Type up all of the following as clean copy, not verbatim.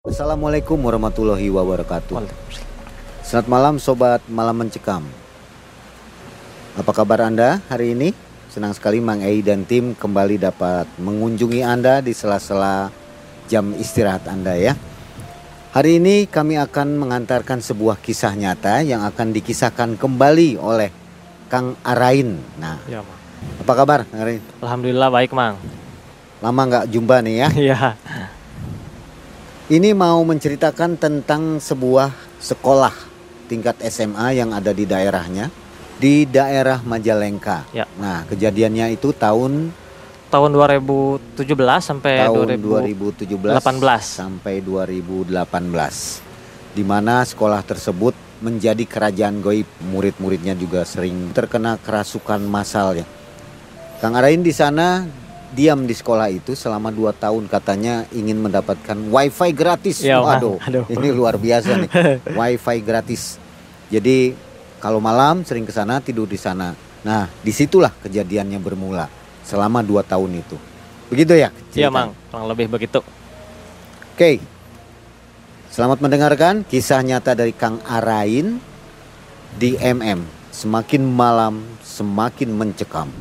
Assalamualaikum warahmatullahi wabarakatuh. Selamat malam Sobat Malam Mencekam. Apa kabar Anda hari ini? Senang sekali Mang Ei dan tim kembali dapat mengunjungi Anda di sela-sela jam istirahat Anda ya. Hari ini kami akan mengantarkan sebuah kisah nyata yang akan dikisahkan kembali oleh Kang Arain. Nah, Ya, Mang. apa kabar Kang Arain? Alhamdulillah baik, Mang. Lama nggak jumpa nih ya. Iya. Ini mau menceritakan tentang sebuah sekolah tingkat SMA yang ada di daerahnya, di daerah Majalengka. Ya. Nah, kejadiannya itu tahun Tahun 2017 sampai 2017 2018. sampai 2018. Di mana sekolah tersebut menjadi kerajaan goib. Murid-muridnya juga sering terkena kerasukan massal ya. Kang Arain di sana diam di sekolah itu selama 2 tahun, katanya ingin mendapatkan wifi gratis. Ya, Waduh, aduh. ini luar biasa nih. Wifi gratis. Jadi kalau malam sering ke sana, tidur di sana. Nah, disitulah kejadiannya bermula selama 2 tahun itu. Begitu ya? Iya, cerita? Mang. Kurang lebih begitu. Oke. Selamat mendengarkan kisah nyata dari Kang Arain di MM. Semakin malam semakin mencekam.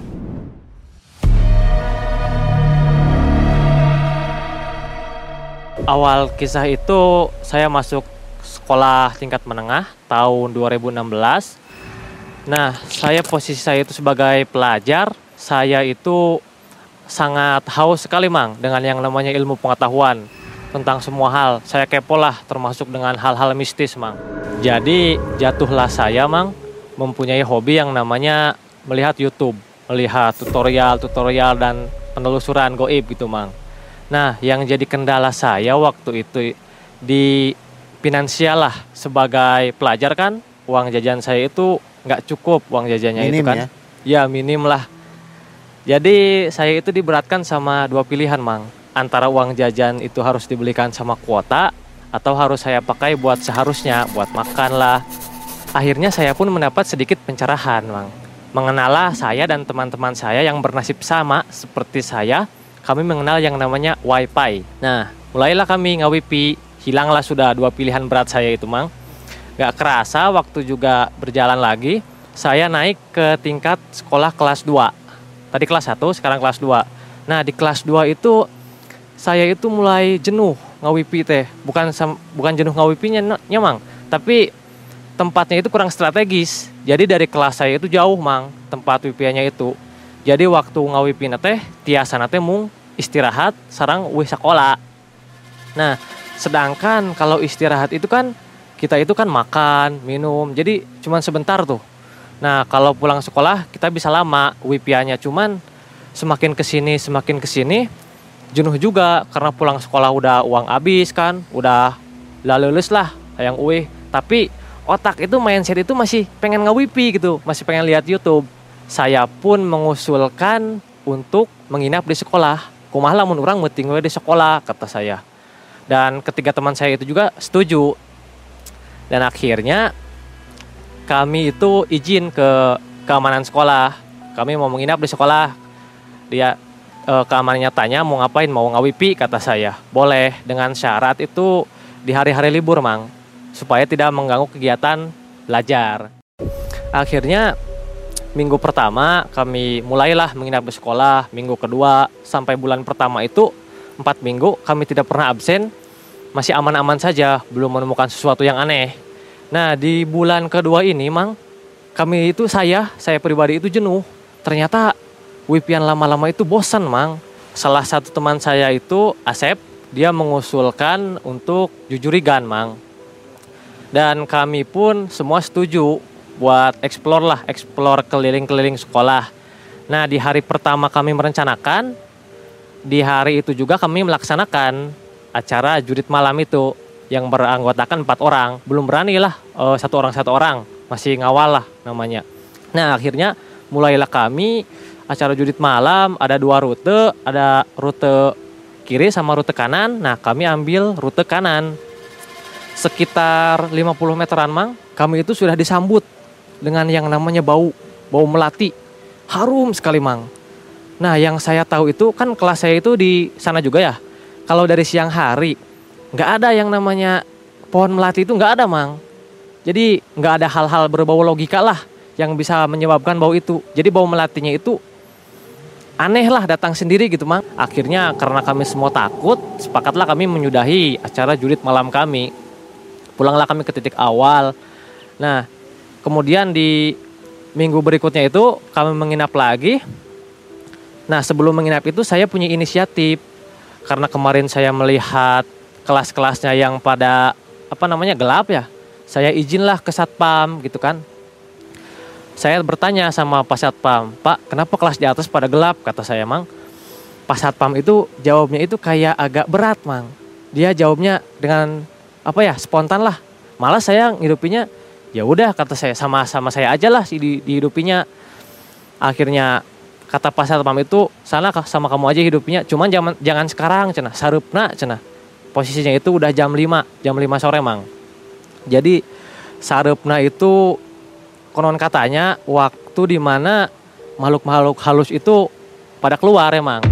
Awal kisah itu saya masuk sekolah tingkat menengah tahun 2016. Nah, posisi saya itu sebagai pelajar, saya itu sangat haus sekali, Mang, dengan yang namanya ilmu pengetahuan tentang semua hal. Saya kepo lah, termasuk dengan hal-hal mistis, Mang. Jadi, jatuhlah saya, Mang, mempunyai hobi yang namanya melihat YouTube, melihat tutorial dan penelusuran goib gitu, Mang. Nah, yang jadi kendala saya waktu itu di finansial lah, sebagai pelajar kan, uang jajan saya itu nggak cukup, uang jajannya Minim itu kan. Ya, minim lah. Jadi saya itu diberatkan sama 2 pilihan, Mang. Antara uang jajan itu harus dibelikan sama kuota, atau harus saya pakai buat seharusnya, buat makan lah. Akhirnya saya pun mendapat sedikit pencerahan, Mang. Mengenalah saya dan teman-teman saya yang bernasib sama seperti saya, kami mengenal yang namanya wifi. Nah, mulailah kami ngawipi, hilanglah sudah 2 pilihan berat saya itu, Mang. Gak kerasa waktu juga berjalan lagi, saya naik ke tingkat sekolah kelas 2. Tadi kelas 1, sekarang kelas 2. Nah, di kelas 2 itu saya itu mulai jenuh ngawipi teh. Bukan jenuh ngawipinya, Mang, tapi tempatnya itu kurang strategis. Jadi dari kelas saya itu jauh, Mang, tempat wipiannya itu. Jadi waktu ngawipina teh tiasana teh mung istirahat sareng wih sekolah. Nah, sedangkan kalau istirahat itu kan kita itu kan makan, minum. Jadi cuman sebentar tuh. Nah, kalau pulang sekolah kita bisa lama wipiannya, cuman semakin kesini jenuh juga karena pulang sekolah udah uang habis kan, udah lulus lah yang uih. Tapi otak itu mindset itu masih pengen ngawipi gitu, masih pengen lihat YouTube. Saya pun mengusulkan untuk menginap di sekolah. Kumaha lamun urang meuting we di sekolah, kata saya. Dan ketiga teman saya itu juga setuju. Dan akhirnya kami itu izin ke keamanan sekolah. Kami mau menginap di sekolah. Dia keamanannya tanya mau ngapain, mau ngawipi, kata saya. Boleh, dengan syarat itu di hari-hari libur, Mang, supaya tidak mengganggu kegiatan belajar. Akhirnya minggu pertama kami mulailah menginap di sekolah, minggu kedua sampai bulan pertama itu 4 minggu kami tidak pernah absen, masih aman-aman saja, belum menemukan sesuatu yang aneh. Nah, di bulan kedua ini, Mang, saya pribadi itu jenuh. Ternyata wipian lama-lama itu bosan, Mang. Salah satu teman saya itu, Asep, dia mengusulkan untuk jujurigan, Mang. Dan kami pun semua setuju buat explore keliling-keliling sekolah. Nah, di hari pertama kami merencanakan, di hari itu juga kami melaksanakan acara jurit malam itu yang beranggotakan 4 orang. Belum berani lah satu orang, masih ngawal lah namanya. Nah, akhirnya mulailah kami acara jurit malam, ada 2 rute, ada rute kiri sama rute kanan. Nah, kami ambil rute kanan. Sekitar 50 meteran, Mang, kami itu sudah disambut dengan yang namanya bau melati. Harum sekali, Mang. Nah, yang saya tahu itu kan kelas saya itu di sana juga ya. Kalau dari siang hari nggak ada yang namanya pohon melati itu, nggak ada Mang. Jadi nggak ada hal-hal berbau logika lah yang bisa menyebabkan bau itu. Jadi bau melatinya itu aneh lah, datang sendiri gitu Mang. Akhirnya karena kami semua takut, sepakatlah kami menyudahi acara jurit malam kami. Pulanglah kami ke titik awal. Nah, kemudian di minggu berikutnya itu kami menginap lagi. Nah, sebelum menginap itu saya punya inisiatif. Karena kemarin saya melihat kelas-kelasnya yang pada gelap ya. Saya izinlah ke satpam gitu kan. Saya bertanya sama Pak Satpam, "Pak, kenapa kelas di atas pada gelap?" Kata saya, Mang. Pak Satpam itu jawabnya itu kayak agak berat, Mang. Dia jawabnya dengan spontan lah. Malah saya ngidupinnya, ya udah kata saya, sama saya aja lah dihidupinya. Akhirnya kata Pak Satpam itu, sana sama kamu aja hidupinya, cuman jangan sekarang cenah, sareupna cenah. Posisinya itu udah jam 5 sore Mang. Jadi sareupna itu konon katanya waktu dimana makhluk-makhluk halus itu pada keluar ya Mang.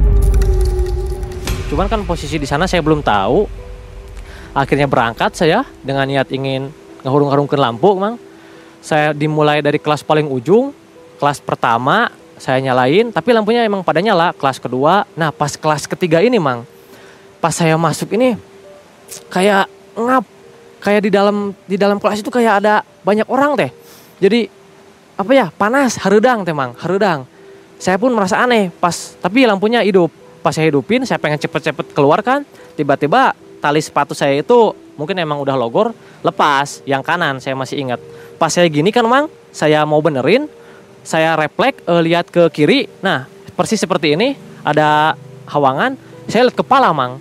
Cuman kan posisi di sana saya belum tahu. Akhirnya berangkat saya dengan niat ingin ngahurung-harungkeun lampu Mang. Saya dimulai dari kelas paling ujung, kelas pertama saya nyalain, tapi lampunya emang pada nyala. Kelas kedua, nah pas kelas ketiga ini Mang, pas saya masuk ini kayak ngap, kayak di dalam kelas itu kayak ada banyak orang teh. Jadi panas, hareudang teh Mang, hareudang. Saya pun merasa aneh tapi lampunya hidup. Pas saya hidupin, saya pengen cepet-cepet keluar kan, tiba-tiba tali sepatu saya itu mungkin emang udah logor, lepas yang kanan saya masih ingat. Pas saya gini kan Mang, saya mau benerin, saya refleks lihat ke kiri. Nah, persis seperti ini, ada hawangan, saya lihat kepala Mang.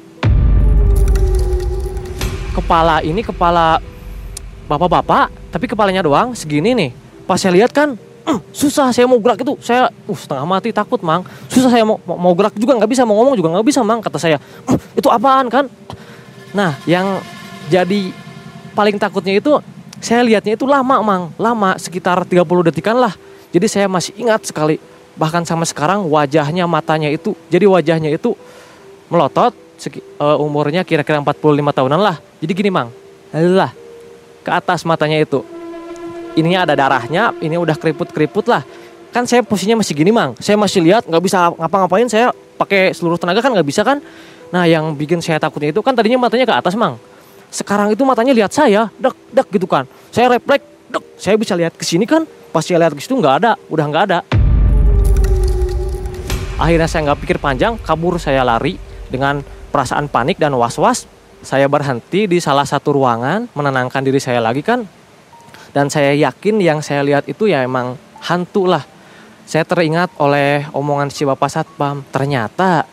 Kepala ini kepala bapak-bapak, tapi kepalanya doang segini nih. Pas saya lihat kan, susah saya mau gerak itu. Saya setengah mati takut Mang. Susah saya mau gerak juga nggak bisa, mau ngomong juga nggak bisa Mang. Kata saya, itu apaan kan? Nah, yang jadi paling takutnya itu saya lihatnya itu lama Mang, lama sekitar 30 detikan lah. Jadi saya masih ingat sekali. Bahkan sampai sekarang wajahnya, matanya itu, jadi wajahnya itu melotot, umurnya kira-kira 45 tahunan lah. Jadi gini Mang, lah ke atas matanya itu. Ininya ada darahnya, ini udah keriput-keriput lah. Kan saya posisinya masih gini Mang, saya masih lihat, nggak bisa ngapa-ngapain, saya pakai seluruh tenaga kan nggak bisa kan. Nah yang bikin saya takutnya itu kan tadinya matanya ke atas Mang. Sekarang itu matanya lihat saya, dek gitu kan. Saya refleks, saya bisa lihat ke sini kan. Pas saya lihat ke situ nggak ada, udah nggak ada. Akhirnya saya nggak pikir panjang, kabur saya lari dengan perasaan panik dan was-was. Saya berhenti di salah satu ruangan, menenangkan diri saya lagi kan. Dan saya yakin yang saya lihat itu ya emang hantu lah. Saya teringat oleh omongan si Bapak Satpam. Ternyata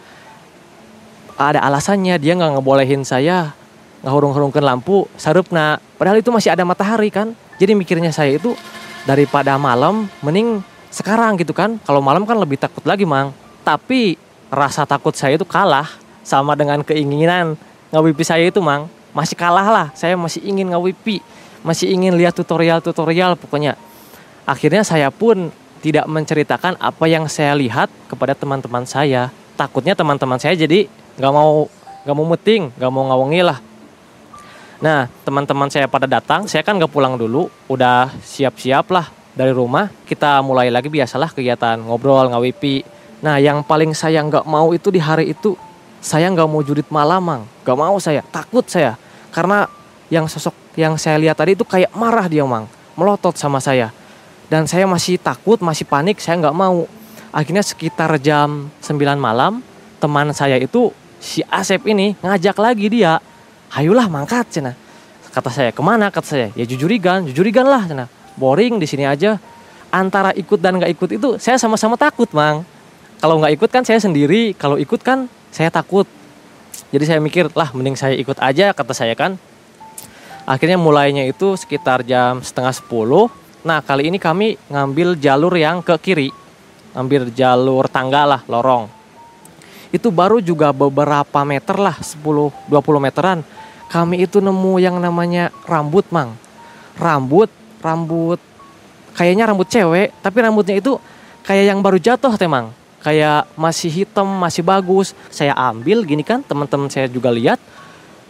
ada alasannya, dia nggak ngebolehin saya ngahurung-hurungkeun lampu sareupna. Padahal itu masih ada matahari kan. Jadi mikirnya saya itu daripada malam mending sekarang gitu kan. Kalau malam kan lebih takut lagi Mang. Tapi rasa takut saya itu kalah sama dengan keinginan ngawipi saya itu Mang. Masih kalah lah, saya masih ingin ngawipi. Masih ingin lihat tutorial pokoknya. Akhirnya saya pun tidak menceritakan apa yang saya lihat kepada teman-teman saya. Takutnya teman-teman saya jadi nggak mau meeting, nggak mau ngawengi lah. Nah teman-teman saya pada datang, saya kan nggak pulang dulu, udah siap-siap lah dari rumah. Kita mulai lagi biasalah kegiatan ngobrol, ngawipi. Nah yang paling saya nggak mau itu di hari itu, saya nggak mau jurit malam Mang, nggak mau saya, takut saya. Karena yang sosok yang saya lihat tadi itu kayak marah dia Mang, melotot sama saya. Dan saya masih takut, masih panik, saya nggak mau. Akhirnya sekitar jam 9 malam, teman saya itu, si Asep ini ngajak lagi dia. Hayulah mangkat cenah. Kata saya, kemana? Kata saya, ya jujurigan lah cenah. Boring di sini aja. Antara ikut dan nggak ikut itu, saya sama-sama takut Mang. Kalau nggak ikut kan saya sendiri, kalau ikut kan saya takut. Jadi saya mikir, lah mending saya ikut aja, kata saya kan. Akhirnya mulainya itu sekitar jam setengah 10. Nah kali ini kami ngambil jalur yang ke kiri, ngambil jalur tangga lah, lorong. Itu baru juga beberapa meter lah, 10-20 meteran. Kami itu nemu yang namanya rambut Mang. Rambut, kayaknya rambut cewek, tapi rambutnya itu kayak yang baru jatuh teh Mang. Kayak masih hitam, masih bagus. Saya ambil gini kan, teman-teman saya juga lihat.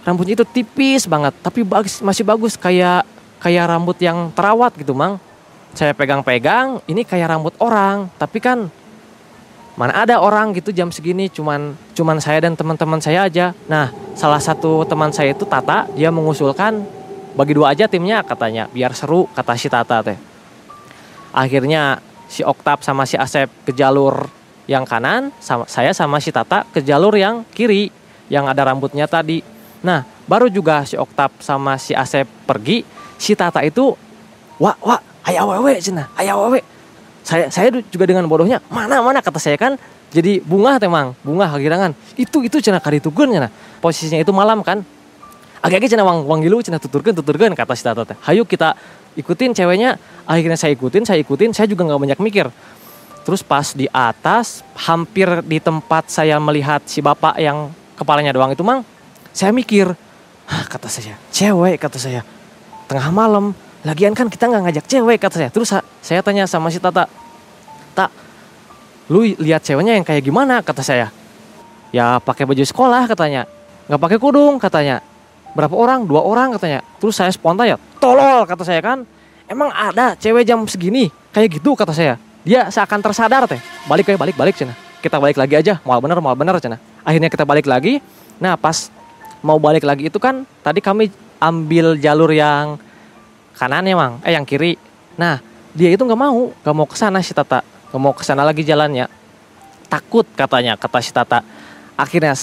rambutnya itu tipis banget, tapi masih bagus kayak rambut yang terawat gitu, Mang. Saya pegang-pegang, ini kayak rambut orang, tapi kan mana ada orang gitu jam segini, cuman saya dan teman-teman saya aja. Nah, salah satu teman saya itu Tata, dia mengusulkan bagi 2 aja timnya katanya, biar seru kata si Tata teh. Akhirnya si Oktav sama si Asep ke jalur yang kanan, saya sama si Tata ke jalur yang kiri yang ada rambutnya tadi. Nah, baru juga si Oktav sama si Asep pergi, si Tata itu wah, aya awewe cenah, aya awewe. Saya juga dengan bodohnya, mana kata saya kan jadi bunga teh Mang, bunga hagirangan. Itu cenah kaditukeun cenah. Posisinya itu malam kan. Agak-agak cenah wang gilu cenah tuturkeun kata si Tata teh. Hayu kita ikutin ceweknya. Akhirnya saya ikutin, saya juga nggak banyak mikir. Terus pas di atas, hampir di tempat saya melihat si bapak yang kepalanya doang itu Mang, saya mikir, kata saya, cewek kata saya, tengah malam. Lagian kan kita nggak ngajak cewek kata saya. Terus saya tanya sama si Tata, Tak, lu lihat ceweknya yang kayak gimana kata saya. Ya pakai baju sekolah katanya, nggak pakai kudung katanya. Berapa orang? 2 orang katanya. Terus saya spontan ya, tolol kata saya kan. Emang ada cewek jam segini kayak gitu kata saya. Dia seakan tersadar teh. Balik cina. Kita balik lagi aja. Mau bener cina. Akhirnya kita balik lagi. Nah pas mau balik lagi itu kan tadi kami ambil jalur yang kanan ya Mang, yang kiri. Nah dia itu nggak mau ke sana si Tata, nggak mau ke sana lagi jalannya, takut katanya kata si Tata. Akhirnya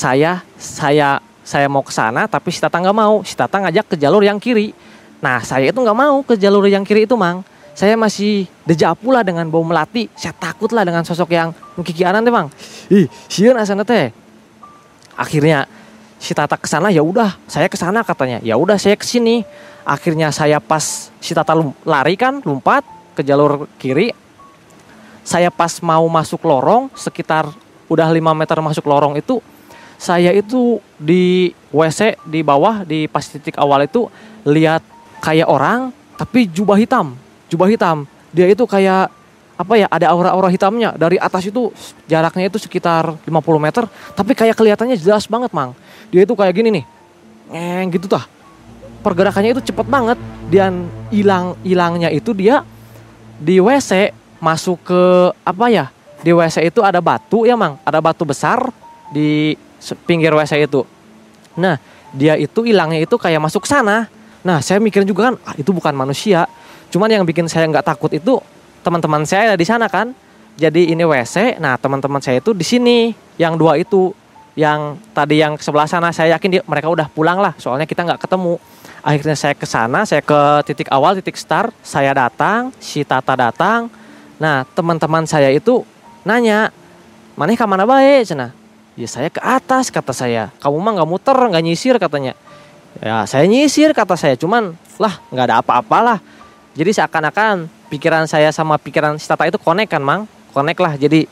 saya mau ke sana tapi si Tata nggak mau, si Tata ngajak ke jalur yang kiri. Nah saya itu nggak mau ke jalur yang kiri itu Mang, saya masih dejapu lah dengan bau melati, saya takut lah dengan sosok yang kikianan teh Mang. Sieun asana teh. Akhirnya si Tata ke sana, ya udah saya ke sana katanya. Ya udah saya ke sini. Akhirnya saya pas si Tata lari kan, lompat ke jalur kiri. Saya pas mau masuk lorong, sekitar udah 5 meter masuk lorong itu, saya itu di WC di bawah, di pas titik awal itu lihat kayak orang tapi jubah hitam. Dia itu kayak apa ya, ada aura-aura hitamnya. Dari atas itu jaraknya itu sekitar 50 meter, tapi kayak kelihatannya jelas banget Mang. Dia itu kayak gini nih, gitu tah. Pergerakannya itu cepet banget. Dan hilangnya itu dia di WC, masuk ke apa ya, di WC itu ada batu ya Mang, ada batu besar di pinggir WC itu. Nah dia itu hilangnya itu kayak masuk sana. Nah saya mikirin juga kan, itu bukan manusia. Cuman yang bikin saya nggak takut itu teman-teman saya di sana kan. Jadi ini WC, nah teman-teman saya itu di sini, yang 2 itu, yang tadi yang sebelah sana saya yakin mereka udah pulang lah, soalnya kita nggak ketemu. Akhirnya saya ke sana, saya ke titik awal, titik start, saya datang, si Tata datang. Nah teman-teman saya itu nanya, maneh ke mana bae cenah? Ya saya ke atas kata saya. Kamu mah nggak muter, nggak nyisir katanya. Ya saya nyisir kata saya, cuman lah nggak ada apa-apalah. Jadi seakan-akan pikiran saya sama pikiran si Tata itu connect kan Mang, connect lah. Jadi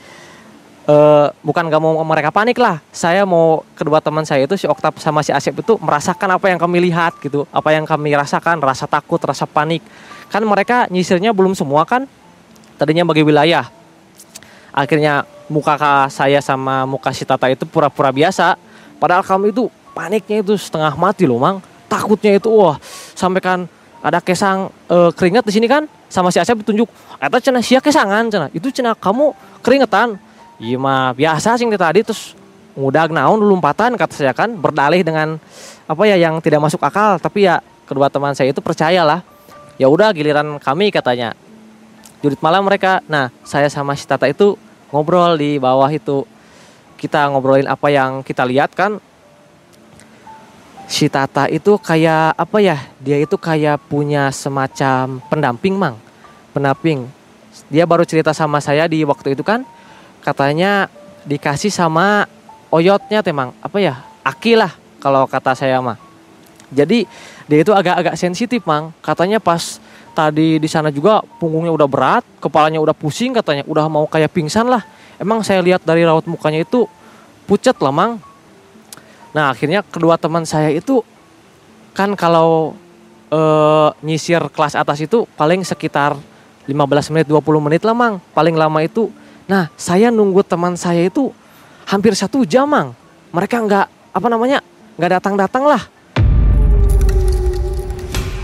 bukan gak mau mereka panik lah. Saya mau kedua teman saya itu, si Oktav sama si Asep itu merasakan apa yang kami lihat gitu, apa yang kami rasakan, rasa takut, rasa panik. Kan mereka nyisirnya belum semua kan, tadinya bagi wilayah. Akhirnya muka saya sama muka si Tata itu pura-pura biasa, padahal kami itu paniknya itu setengah mati loh Mang. Takutnya itu wah, sampai kan ada kesang keringat di sini kan, sama si Asep ditunjuk, eta cenah sia kesangan cenah. Itu cenah kamu keringetan. Iya mah biasa sing tadi, terus ngudag naon lompatan kata saya kan, berdalih dengan apa ya yang tidak masuk akal. Tapi ya kedua teman saya itu percayalah. Ya udah giliran kami katanya. Jurit malam mereka. Nah saya sama si Tata itu ngobrol di bawah itu. Kita ngobrolin apa yang kita lihat kan. Si Tata itu kayak apa ya, dia itu kayak punya semacam pendamping Mang. Pendamping. Dia baru cerita sama saya di waktu itu kan. Katanya dikasih sama oyotnya temang, apa ya, Aki lah kalau kata saya mah. Jadi dia itu agak-agak sensitif Mang. Katanya pas tadi di sana juga punggungnya udah berat, kepalanya udah pusing katanya, udah mau kayak pingsan lah. Emang saya lihat dari raut mukanya itu pucat lah Mang. Nah akhirnya kedua teman saya itu kan kalau nyisir kelas atas itu paling sekitar 15 menit 20 menit lah Mang, paling lama itu. Nah saya nunggu teman saya itu hampir 1 jam Mang. Mereka nggak datang lah.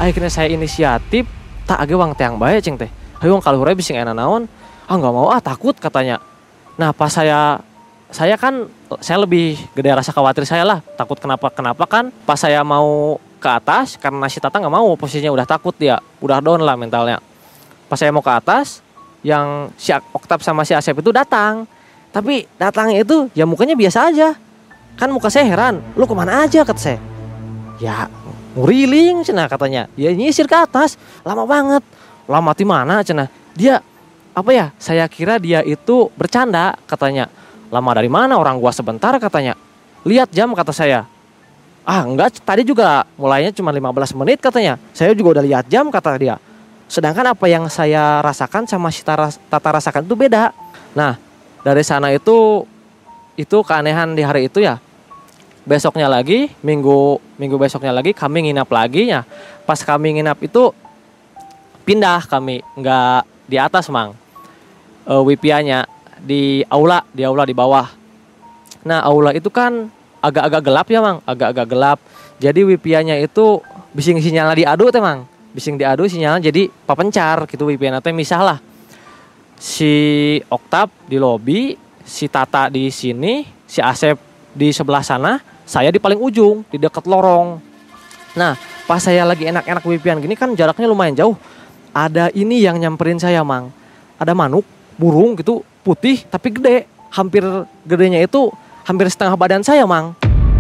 Akhirnya saya inisiatif, tak age wang teang bae cing teh. Hayu kaluhur bising enak naon. Ah nggak mau takut katanya. Nah pas saya kan saya lebih gede rasa khawatir saya lah, takut kenapa kan. Pas saya mau ke atas karena si Tata nggak mau, posisinya udah takut dia, udah down lah mentalnya. Pas saya mau ke atas, yang si Oktav sama si Asep itu datang. Tapi datangnya itu ya mukanya biasa aja. Kan muka saya heran, lu kemana aja kata saya. Ya nguriling cenah katanya. Ya nyisir ke atas, lama banget. Lama di mana cenah? Dia apa ya? Saya kira dia itu bercanda katanya. Lama dari mana? Orang gua sebentar katanya. Lihat jam kata saya. Ah enggak, tadi juga mulainya cuma 15 menit katanya. Saya juga udah lihat jam kata dia. Sedangkan apa yang saya rasakan sama si Tata rasakan itu beda. Nah dari sana itu keanehan di hari itu ya. Besoknya lagi, minggu besoknya lagi kami nginap lagi ya. Pas kami nginap itu pindah kami, nggak di atas mang. Wipianya di aula di bawah. Nah aula itu kan agak-agak gelap ya mang, agak-agak gelap. Jadi wipianya itu bising sinyalnya diadu teh mang, bising diadu sinyalnya jadi papencar gitu wipianya teh misah lah. Si Oktav di lobi, si Tata di sini, si Asep di sebelah sana, saya di paling ujung di dekat lorong. Nah pas saya lagi enak-enak wipian gini kan jaraknya lumayan jauh. Ada ini yang nyamperin saya mang, ada manuk, burung gitu putih tapi gede, hampir gedenya itu hampir setengah badan saya mang.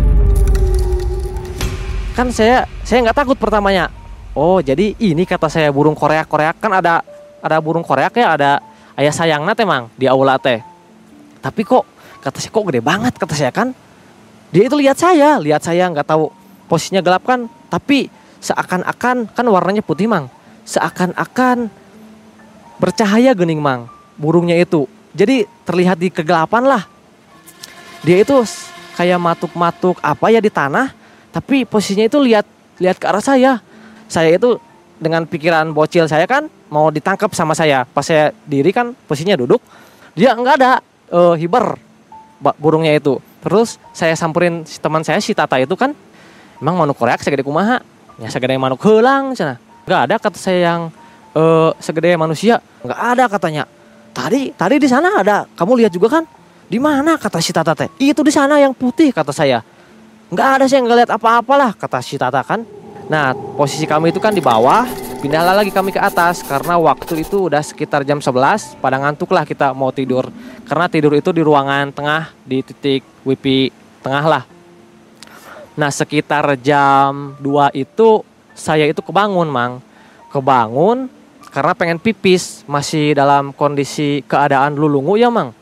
Kan saya nggak takut pertamanya. Oh jadi ini kata saya burung koreak kan ada burung koreak ya, ada ayah sayangna teh mang di aula teh. Tapi kok kata saya kok gede banget kata saya kan. Dia itu lihat saya nggak tahu posisinya gelap kan, tapi seakan-akan kan warnanya putih mang. Seakan-akan bercahaya gening mang burungnya itu. Jadi terlihat di kegelapan lah. Dia itu kayak matuk-matuk apa ya di tanah, tapi posisinya itu lihat ke arah saya. Saya itu dengan pikiran bocil saya kan mau ditangkap sama saya. Pas saya diri kan posisinya duduk, dia enggak ada hiber burungnya itu. Terus saya samperin si teman saya si Tata itu kan, emang manuk koreak segede kumaha? Ya segede manuk heulang cenah. Enggak ada kata saya yang segede manusia, enggak ada katanya. Tadi di sana ada, kamu lihat juga kan? Di mana kata si Tata teh? Itu di sana yang putih kata saya. Enggak ada saya enggak lihat apa-apalah kata si Tata kan. Nah, posisi kami itu kan di bawah, pindahlah lagi kami ke atas karena waktu itu udah sekitar jam 11, pada ngantuk lah kita mau tidur. Karena tidur itu di ruangan tengah di titik WiFi tengah lah. Nah, sekitar jam 2 itu saya itu kebangun, Mang. Kebangun karena pengen pipis, masih dalam kondisi keadaan lulungu ya Mang.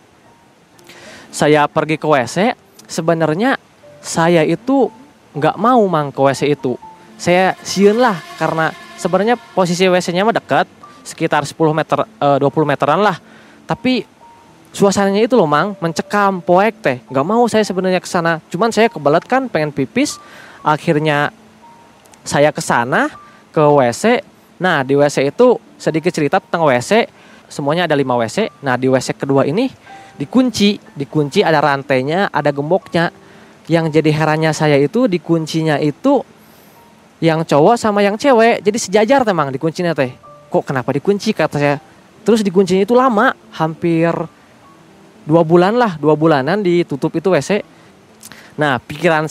Saya pergi ke WC, sebenarnya saya itu nggak mau Mang ke WC itu. Saya sieun lah karena sebenarnya posisi WC-nya mah dekat, sekitar 10 meter, 20 meteran lah. Tapi suasananya itu loh Mang, mencekam, poek teh. Nggak mau saya sebenarnya ke sana. Cuman saya kebelet kan pengen pipis, akhirnya saya ke sana ke WC. Nah, di WC itu sedikit cerita tentang WC, semuanya ada 5 WC. Nah, di WC kedua ini dikunci ada rantainya, ada gemboknya. Yang jadi herannya saya itu dikuncinya itu yang cowok sama yang cewek, jadi sejajar temang dikuncinya teh. Kok kenapa dikunci kata saya. Terus dikuncinya itu lama, hampir 2 bulan lah, 2 bulanan ditutup itu WC. Nah, pikiran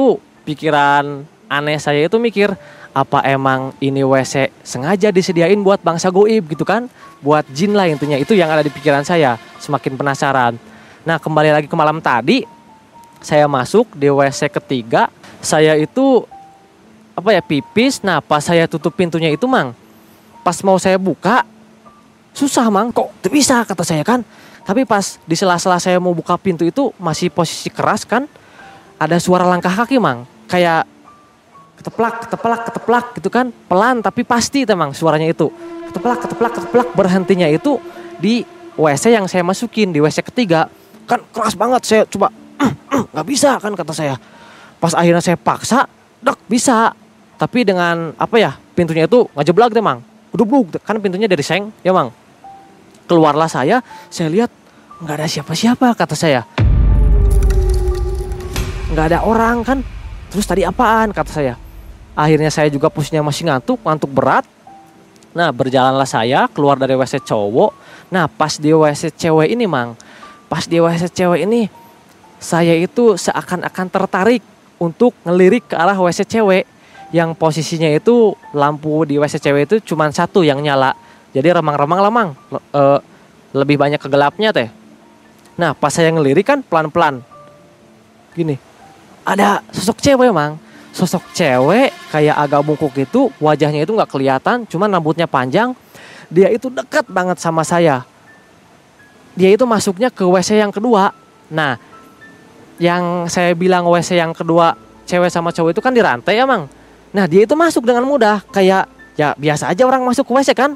aneh saya itu mikir, apa emang ini WC sengaja disediain buat bangsa goib gitu kan, buat jin lah intinya. Itu yang ada di pikiran saya, semakin penasaran. Nah, kembali lagi ke malam tadi, saya masuk di WC ketiga, saya itu pipis. Nah, pas saya tutup pintunya itu Mang, pas mau saya buka susah Mang, kok tuh bisa kata saya kan. Tapi pas di sela-sela saya mau buka pintu itu masih posisi keras kan, ada suara langkah kaki Mang, kayak keteplak gitu kan, pelan tapi pasti Mang suaranya itu. Keteplak, berhentinya itu di WC yang saya masukin, di WC ketiga. Kan keras banget, saya coba nggak bisa kan kata saya. Pas akhirnya saya paksa, bisa. Tapi dengan pintunya itu ngejeblak deh Mang. Gedubluk, kan pintunya dari seng ya Mang. Keluarlah saya lihat nggak ada siapa-siapa kata saya. Nggak ada orang kan. Terus tadi apaan kata saya. Akhirnya saya juga posisinya masih ngantuk berat. Nah, berjalanlah saya keluar dari WC cowok. Nah, pas di WC cewek ini, Mang. Pas di WC cewek ini, saya itu seakan-akan tertarik untuk ngelirik ke arah WC cewek. Yang posisinya itu lampu di WC cewek itu cuma satu yang nyala. Jadi remang-remang lah, Mang. Lebih banyak ke gelapnya teh. Nah, pas saya ngelirik kan pelan-pelan. Gini. Ada sosok cewek, Mang. Sosok cewek kayak agak bungkuk gitu, wajahnya itu nggak kelihatan, cuman rambutnya panjang. Dia itu dekat banget sama saya. Dia itu masuknya ke WC yang kedua. Nah, yang saya bilang WC yang kedua cewek sama cowok itu kan di rantai ya, Mang. Nah, dia itu masuk dengan mudah, kayak ya biasa aja orang masuk ke WC kan.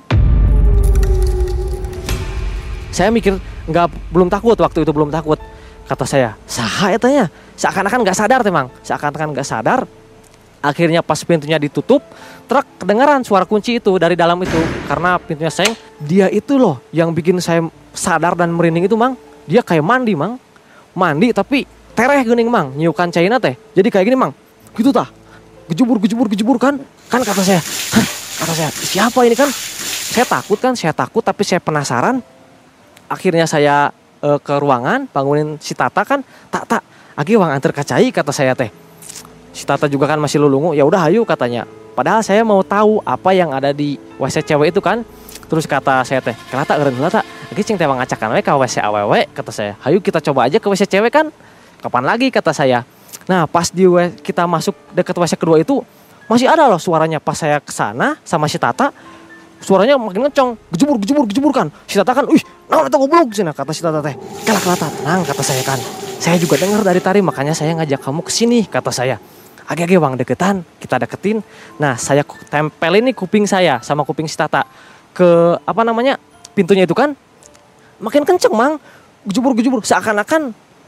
Saya mikir belum takut waktu itu, belum takut. Kata saya, saha etanya? Seakan-akan nggak sadar teh, Mang. Seakan-akan nggak sadar. Akhirnya pas pintunya ditutup, truk kedengaran suara kunci itu dari dalam itu. Karena pintunya seng, dia itu loh yang bikin saya sadar dan merinding itu, Mang. Dia kayak mandi, Mang. Mandi tapi tereh geuning, Mang. Nyiukan caina teh. Jadi kayak gini, Mang. Gitu tah. Gejubur kan. Kan kata saya, hah? Kata saya, siapa ini kan? Saya takut tapi saya penasaran. Akhirnya saya ke ruangan, bangunin si Tata kan. Tak. Agi wang antar kacai, kata saya teh. Si Tata juga kan masih lulungu, ya udah ayo katanya. Padahal saya mau tahu apa yang ada di WC cewek itu kan. Terus kata saya teh, kelata eureun heula tak? Lagi cing teh ngacakan we ka WC awewe, kata saya. Hayu kita coba aja ke WC cewek kan. Kapan lagi, kata saya. Nah, pas kita masuk dekat WC kedua itu masih ada loh suaranya. Pas saya kesana sama si Tata, suaranya makin ngecong, gejubur kan. Si Tata kan, naon eta goblok cenah, kata si Tata teh. Kelata, tenang, kata saya kan. Saya juga dengar dari tadi, makanya saya ngajak kamu ke sini, kata saya. Age wang deketan, kita deketin. Nah, saya tempelin nih kuping saya sama kuping si Tata ke pintunya itu kan. Makin kenceng, Mang. Gejubur. Seakan-akan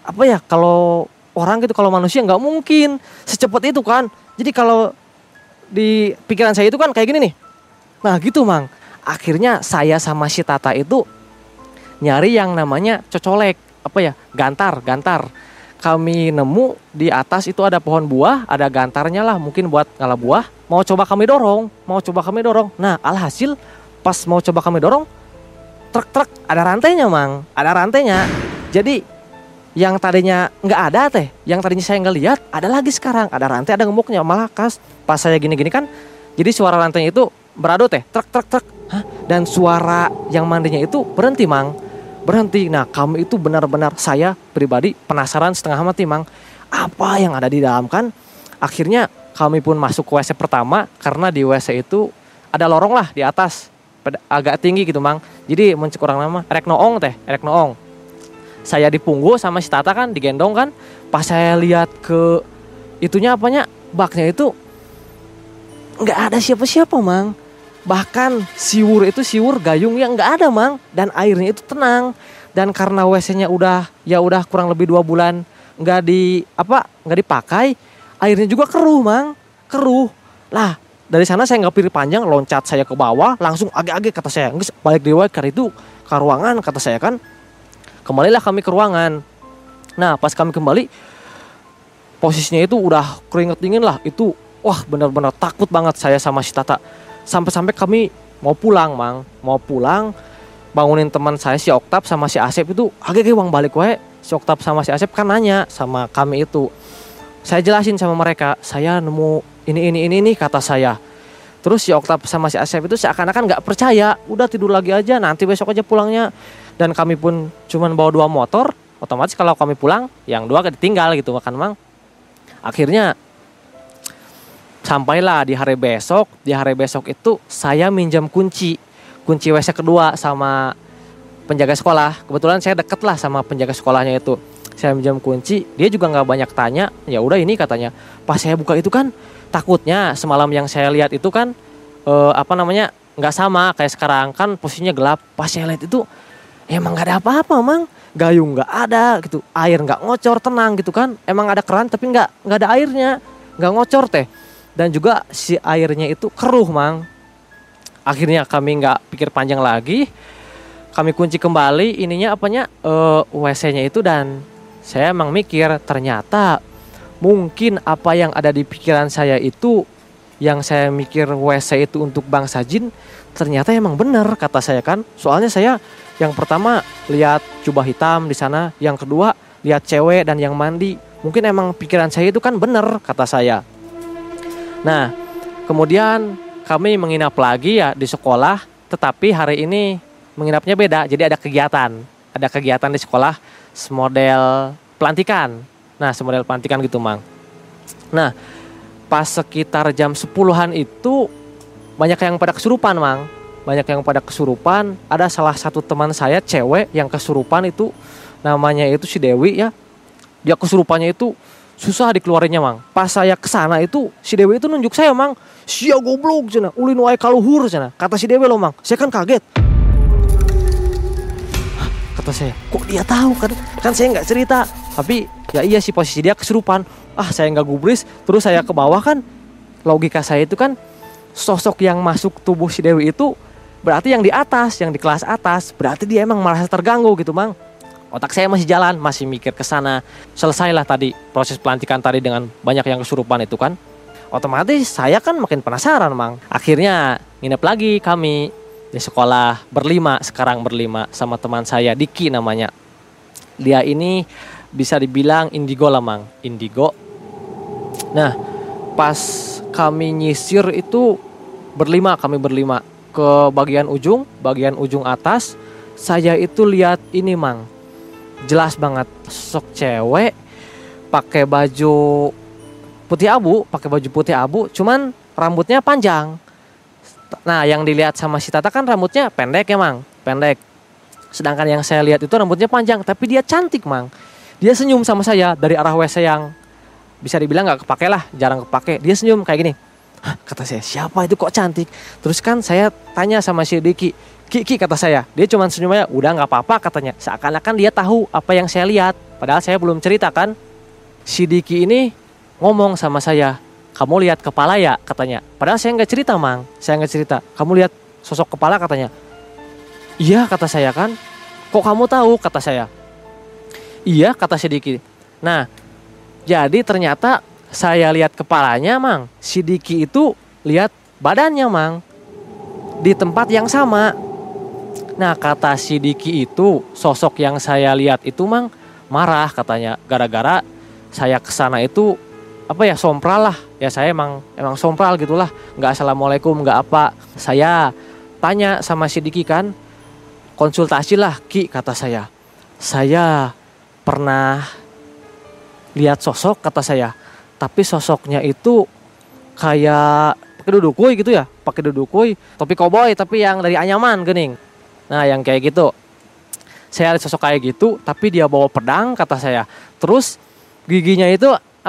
kalau orang gitu, kalau manusia nggak mungkin secepat itu kan. Jadi kalau di pikiran saya itu kan kayak gini nih. Nah, gitu, Mang. Akhirnya saya sama si Tata itu nyari yang namanya cocolek, gantar. Kami nemu di atas itu ada pohon buah, ada gantarnya lah, mungkin buat ngalah buah. Mau coba kami dorong. Nah, alhasil pas mau coba kami dorong, truk ada rantainya, Mang. Ada rantainya. Jadi yang tadinya nggak ada teh, yang tadinya saya nggak lihat, ada lagi sekarang. Ada rantai, ada gemuknya, malah pas saya gini-gini kan. Jadi suara rantainya itu beradu teh, truk. Dan suara yang mandinya itu berhenti, Mang. Berhenti. Nah, kami itu benar-benar, saya pribadi penasaran setengah mati, Mang. Apa yang ada di dalam kan? Akhirnya kami pun masuk ke WC pertama, karena di WC itu ada lorong lah di atas, agak tinggi gitu, Mang. Jadi mencek orang nama erek noong. Saya dipunggu sama si Tata kan, digendong kan. Pas saya lihat ke itunya baknya itu nggak ada siapa-siapa, Mang. Bahkan siwur gayung yang nggak ada, Mang, dan airnya itu tenang. Dan karena WC-nya udah kurang lebih 2 bulan nggak dipakai, airnya juga keruh, Mang, keruh. Lah, dari sana saya nggak pikir panjang, loncat saya ke bawah, langsung age-age, kata saya, nggak balik dewa itu ke ruangan, kata saya kan. Kembalilah kami ke ruangan. Nah, pas kami kembali, posisinya itu udah keringet dingin lah, itu wah benar-benar takut banget saya sama si Tata. Sampai-sampai kami mau pulang, Mang. Bangunin teman saya si Oktav sama si Asep itu, agak wang balik wae. Si Oktav sama si Asep kan nanya sama kami itu. Saya jelasin sama mereka, saya nemu ini, kata saya. Terus si Oktav sama si Asep itu seakan-akan gak percaya. Udah tidur lagi aja, nanti besok aja pulangnya. Dan kami pun cuman bawa 2 motor. Otomatis kalau kami pulang, yang 2 ditinggal gitu kan, Mang. Akhirnya sampailah di hari besok. Di hari besok itu saya minjam kunci WC kedua sama penjaga sekolah. Kebetulan saya deket lah sama penjaga sekolahnya itu. Saya minjam kunci, dia juga nggak banyak tanya. Ya udah ini katanya. Pas saya buka itu kan, takutnya semalam yang saya lihat itu kan nggak sama kayak sekarang kan, posisinya gelap. Pas saya lihat itu emang nggak ada apa-apa, Mang. Gayung nggak ada gitu, air nggak ngocor, tenang gitu kan. Emang ada keran tapi nggak ada airnya, nggak ngocor teh. Dan juga si airnya itu keruh, Mang. Akhirnya kami nggak pikir panjang lagi, kami kunci kembali WC-nya itu. Dan saya emang mikir ternyata mungkin apa yang ada di pikiran saya itu yang saya mikir WC itu untuk bangsa jin, ternyata emang benar kata saya kan. Soalnya saya yang pertama lihat jubah hitam di sana, yang kedua lihat cewek dan yang mandi. Mungkin emang pikiran saya itu kan benar kata saya. Nah, kemudian kami menginap lagi ya di sekolah, tetapi hari ini menginapnya beda. Jadi ada kegiatan di sekolah semodel pelantikan. Nah, semodel pelantikan gitu, Mang. Nah, pas sekitar jam 10-an itu banyak yang pada kesurupan, Mang. Banyak yang pada kesurupan. Ada salah satu teman saya cewek yang kesurupan itu, namanya itu si Dewi ya. Dia kesurupannya itu susah dikeluarinnya, Mang. Pas saya kesana itu si Dewi itu nunjuk saya, Mang. Sia goblok cenah, ulin wae kaluhur cenah. Kata si Dewi loh, Mang. Saya kan kaget. Kata saya, kok dia tahu kan saya nggak cerita. Tapi ya iya sih posisi dia kesurupan. Saya nggak gubris. Terus saya ke bawah kan. Logika saya itu kan sosok yang masuk tubuh si Dewi itu berarti yang di atas, yang di kelas atas. Berarti dia emang merasa terganggu gitu, Mang. Otak saya masih jalan, masih mikir ke sana. Selesailah tadi proses pelantikan tadi dengan banyak yang kesurupan itu kan. Otomatis saya kan makin penasaran, Mang. Akhirnya nginep lagi kami di sekolah sekarang berlima sama teman saya, Diki namanya. Dia ini bisa dibilang indigo lah, Mang. Indigo. Nah, pas kami nyisir itu kami berlima ke bagian ujung atas. Saya itu lihat ini, Mang. Jelas banget sosok cewek pakai baju putih abu, cuman rambutnya panjang. Nah, yang dilihat sama si Tata kan rambutnya pendek ya, Mang, pendek. Sedangkan yang saya lihat itu rambutnya panjang, tapi dia cantik, Mang. Dia senyum sama saya dari arah WC yang bisa dibilang nggak kepake lah, jarang kepake. Dia senyum kayak gini. Kata saya, siapa itu kok cantik? Terus kan saya tanya sama si Diki, Ki kata saya. Dia cuma senyum aja, udah nggak apa-apa katanya. Seakan-akan dia tahu apa yang saya lihat. Padahal saya belum cerita kan. Si Diki ini ngomong sama saya, kamu lihat kepala ya katanya. Padahal saya nggak cerita, Mang. Saya nggak cerita. Kamu lihat sosok kepala katanya. Iya kata saya kan. Kok kamu tahu kata saya. Iya kata si Diki. Nah, jadi ternyata saya lihat kepalanya, Mang. Si Diki itu lihat badannya, Mang. Di tempat yang sama. Nah, kata si Diki itu sosok yang saya lihat itu, Mang, marah katanya. Gara-gara saya kesana itu sompral lah. Ya saya emang sompral gitulah. Nggak assalamualaikum, nggak apa. Saya tanya sama si Diki kan. Konsultasi lah, Ki kata saya. Saya pernah lihat sosok kata saya. Tapi sosoknya itu kayak pakai dudukui gitu ya. Pakai dudukui, topi koboi tapi yang dari anyaman gening. Nah, yang kayak gitu. Saya lihat sosok kayak gitu, tapi dia bawa pedang kata saya. Terus giginya itu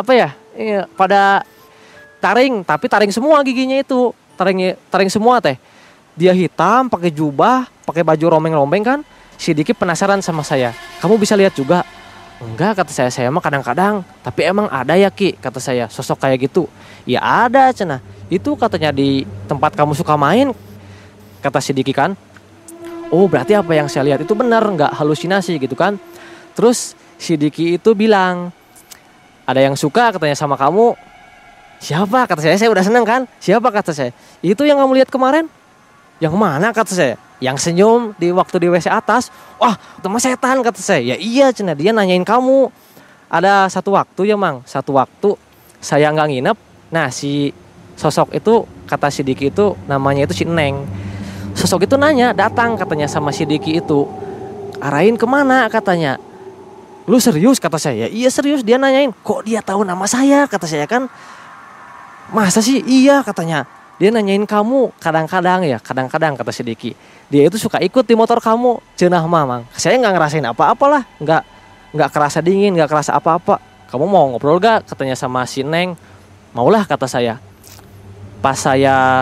pada taring, tapi taring semua giginya itu. Taring semua teh. Dia hitam, pakai jubah, pakai baju rombeng-rombeng kan. Si Diki penasaran sama saya. Kamu bisa lihat juga? Enggak kata saya mah kadang-kadang. Tapi emang ada ya Ki kata saya sosok kayak gitu. Ya ada cenah. Itu katanya di tempat kamu suka main. Kata si Diki kan. Oh berarti apa yang saya lihat itu benar, nggak halusinasi gitu kan. Terus si Diki itu bilang, ada yang suka katanya sama kamu. Siapa kata saya udah seneng kan. Siapa kata saya. Itu yang kamu lihat kemarin. Yang mana kata saya. Yang senyum di waktu di WC atas. Wah teman setan kata saya. Ya iya cenah, dia nanyain kamu. Ada satu waktu ya, Mang. Satu waktu saya nggak nginep. Nah si sosok itu kata si Diki itu namanya itu si Neng. Sosok itu datang katanya sama si Diki itu. Arahin kemana katanya. Lu serius kata saya. Iya serius, dia nanyain. Kok dia tahu nama saya kata saya kan. Masa sih iya katanya. Dia nanyain kamu kadang-kadang kata si Diki. Dia itu suka ikut di motor kamu. Cenah Mamang. Saya nggak ngerasain apa-apalah. Nggak kerasa dingin, nggak kerasa apa-apa. Kamu mau ngobrol gak katanya sama si Neng. Maulah kata saya. Pas saya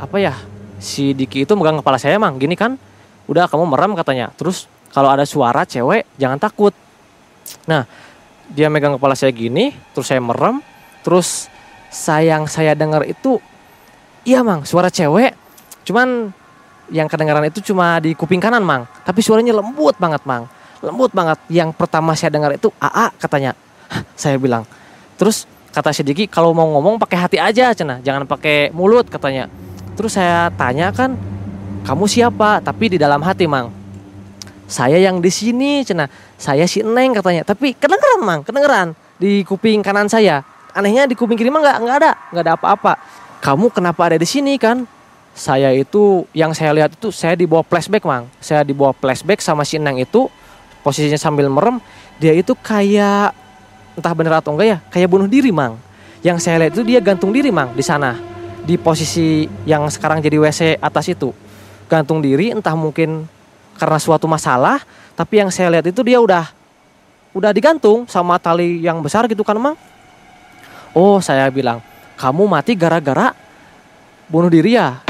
si Diki itu megang kepala saya, Mang, gini kan. Udah kamu merem katanya. Terus kalau ada suara cewek jangan takut. Nah dia megang kepala saya gini. Terus saya merem. Terus saya dengar itu, iya Mang, suara cewek. Cuman yang kedengaran itu cuma di kuping kanan, Mang. Tapi suaranya lembut banget, Mang. Lembut banget. Yang pertama saya dengar itu AA katanya. Saya bilang. Terus kata si Diki kalau mau ngomong pakai hati aja cenah, jangan pakai mulut katanya. Terus saya tanya kan, kamu siapa? Tapi di dalam hati Mang, saya yang di sini cenah, saya si Neng katanya. Tapi kedengeran Mang, kedengeran di kuping kanan saya. Anehnya di kuping kiri mah nggak ada apa-apa. Kamu kenapa ada di sini kan? Saya itu yang saya lihat itu saya dibawa flashback Mang. Saya dibawa flashback sama si Neng itu posisinya sambil merem. Dia itu kayak entah bener atau enggak ya, kayak bunuh diri Mang. Yang saya lihat itu dia gantung diri Mang di sana. Di posisi yang sekarang jadi WC atas itu. Gantung diri entah mungkin karena suatu masalah, tapi yang saya lihat itu dia udah digantung sama tali yang besar gitu kan Mang. Oh, saya bilang, kamu mati gara-gara bunuh diri ya?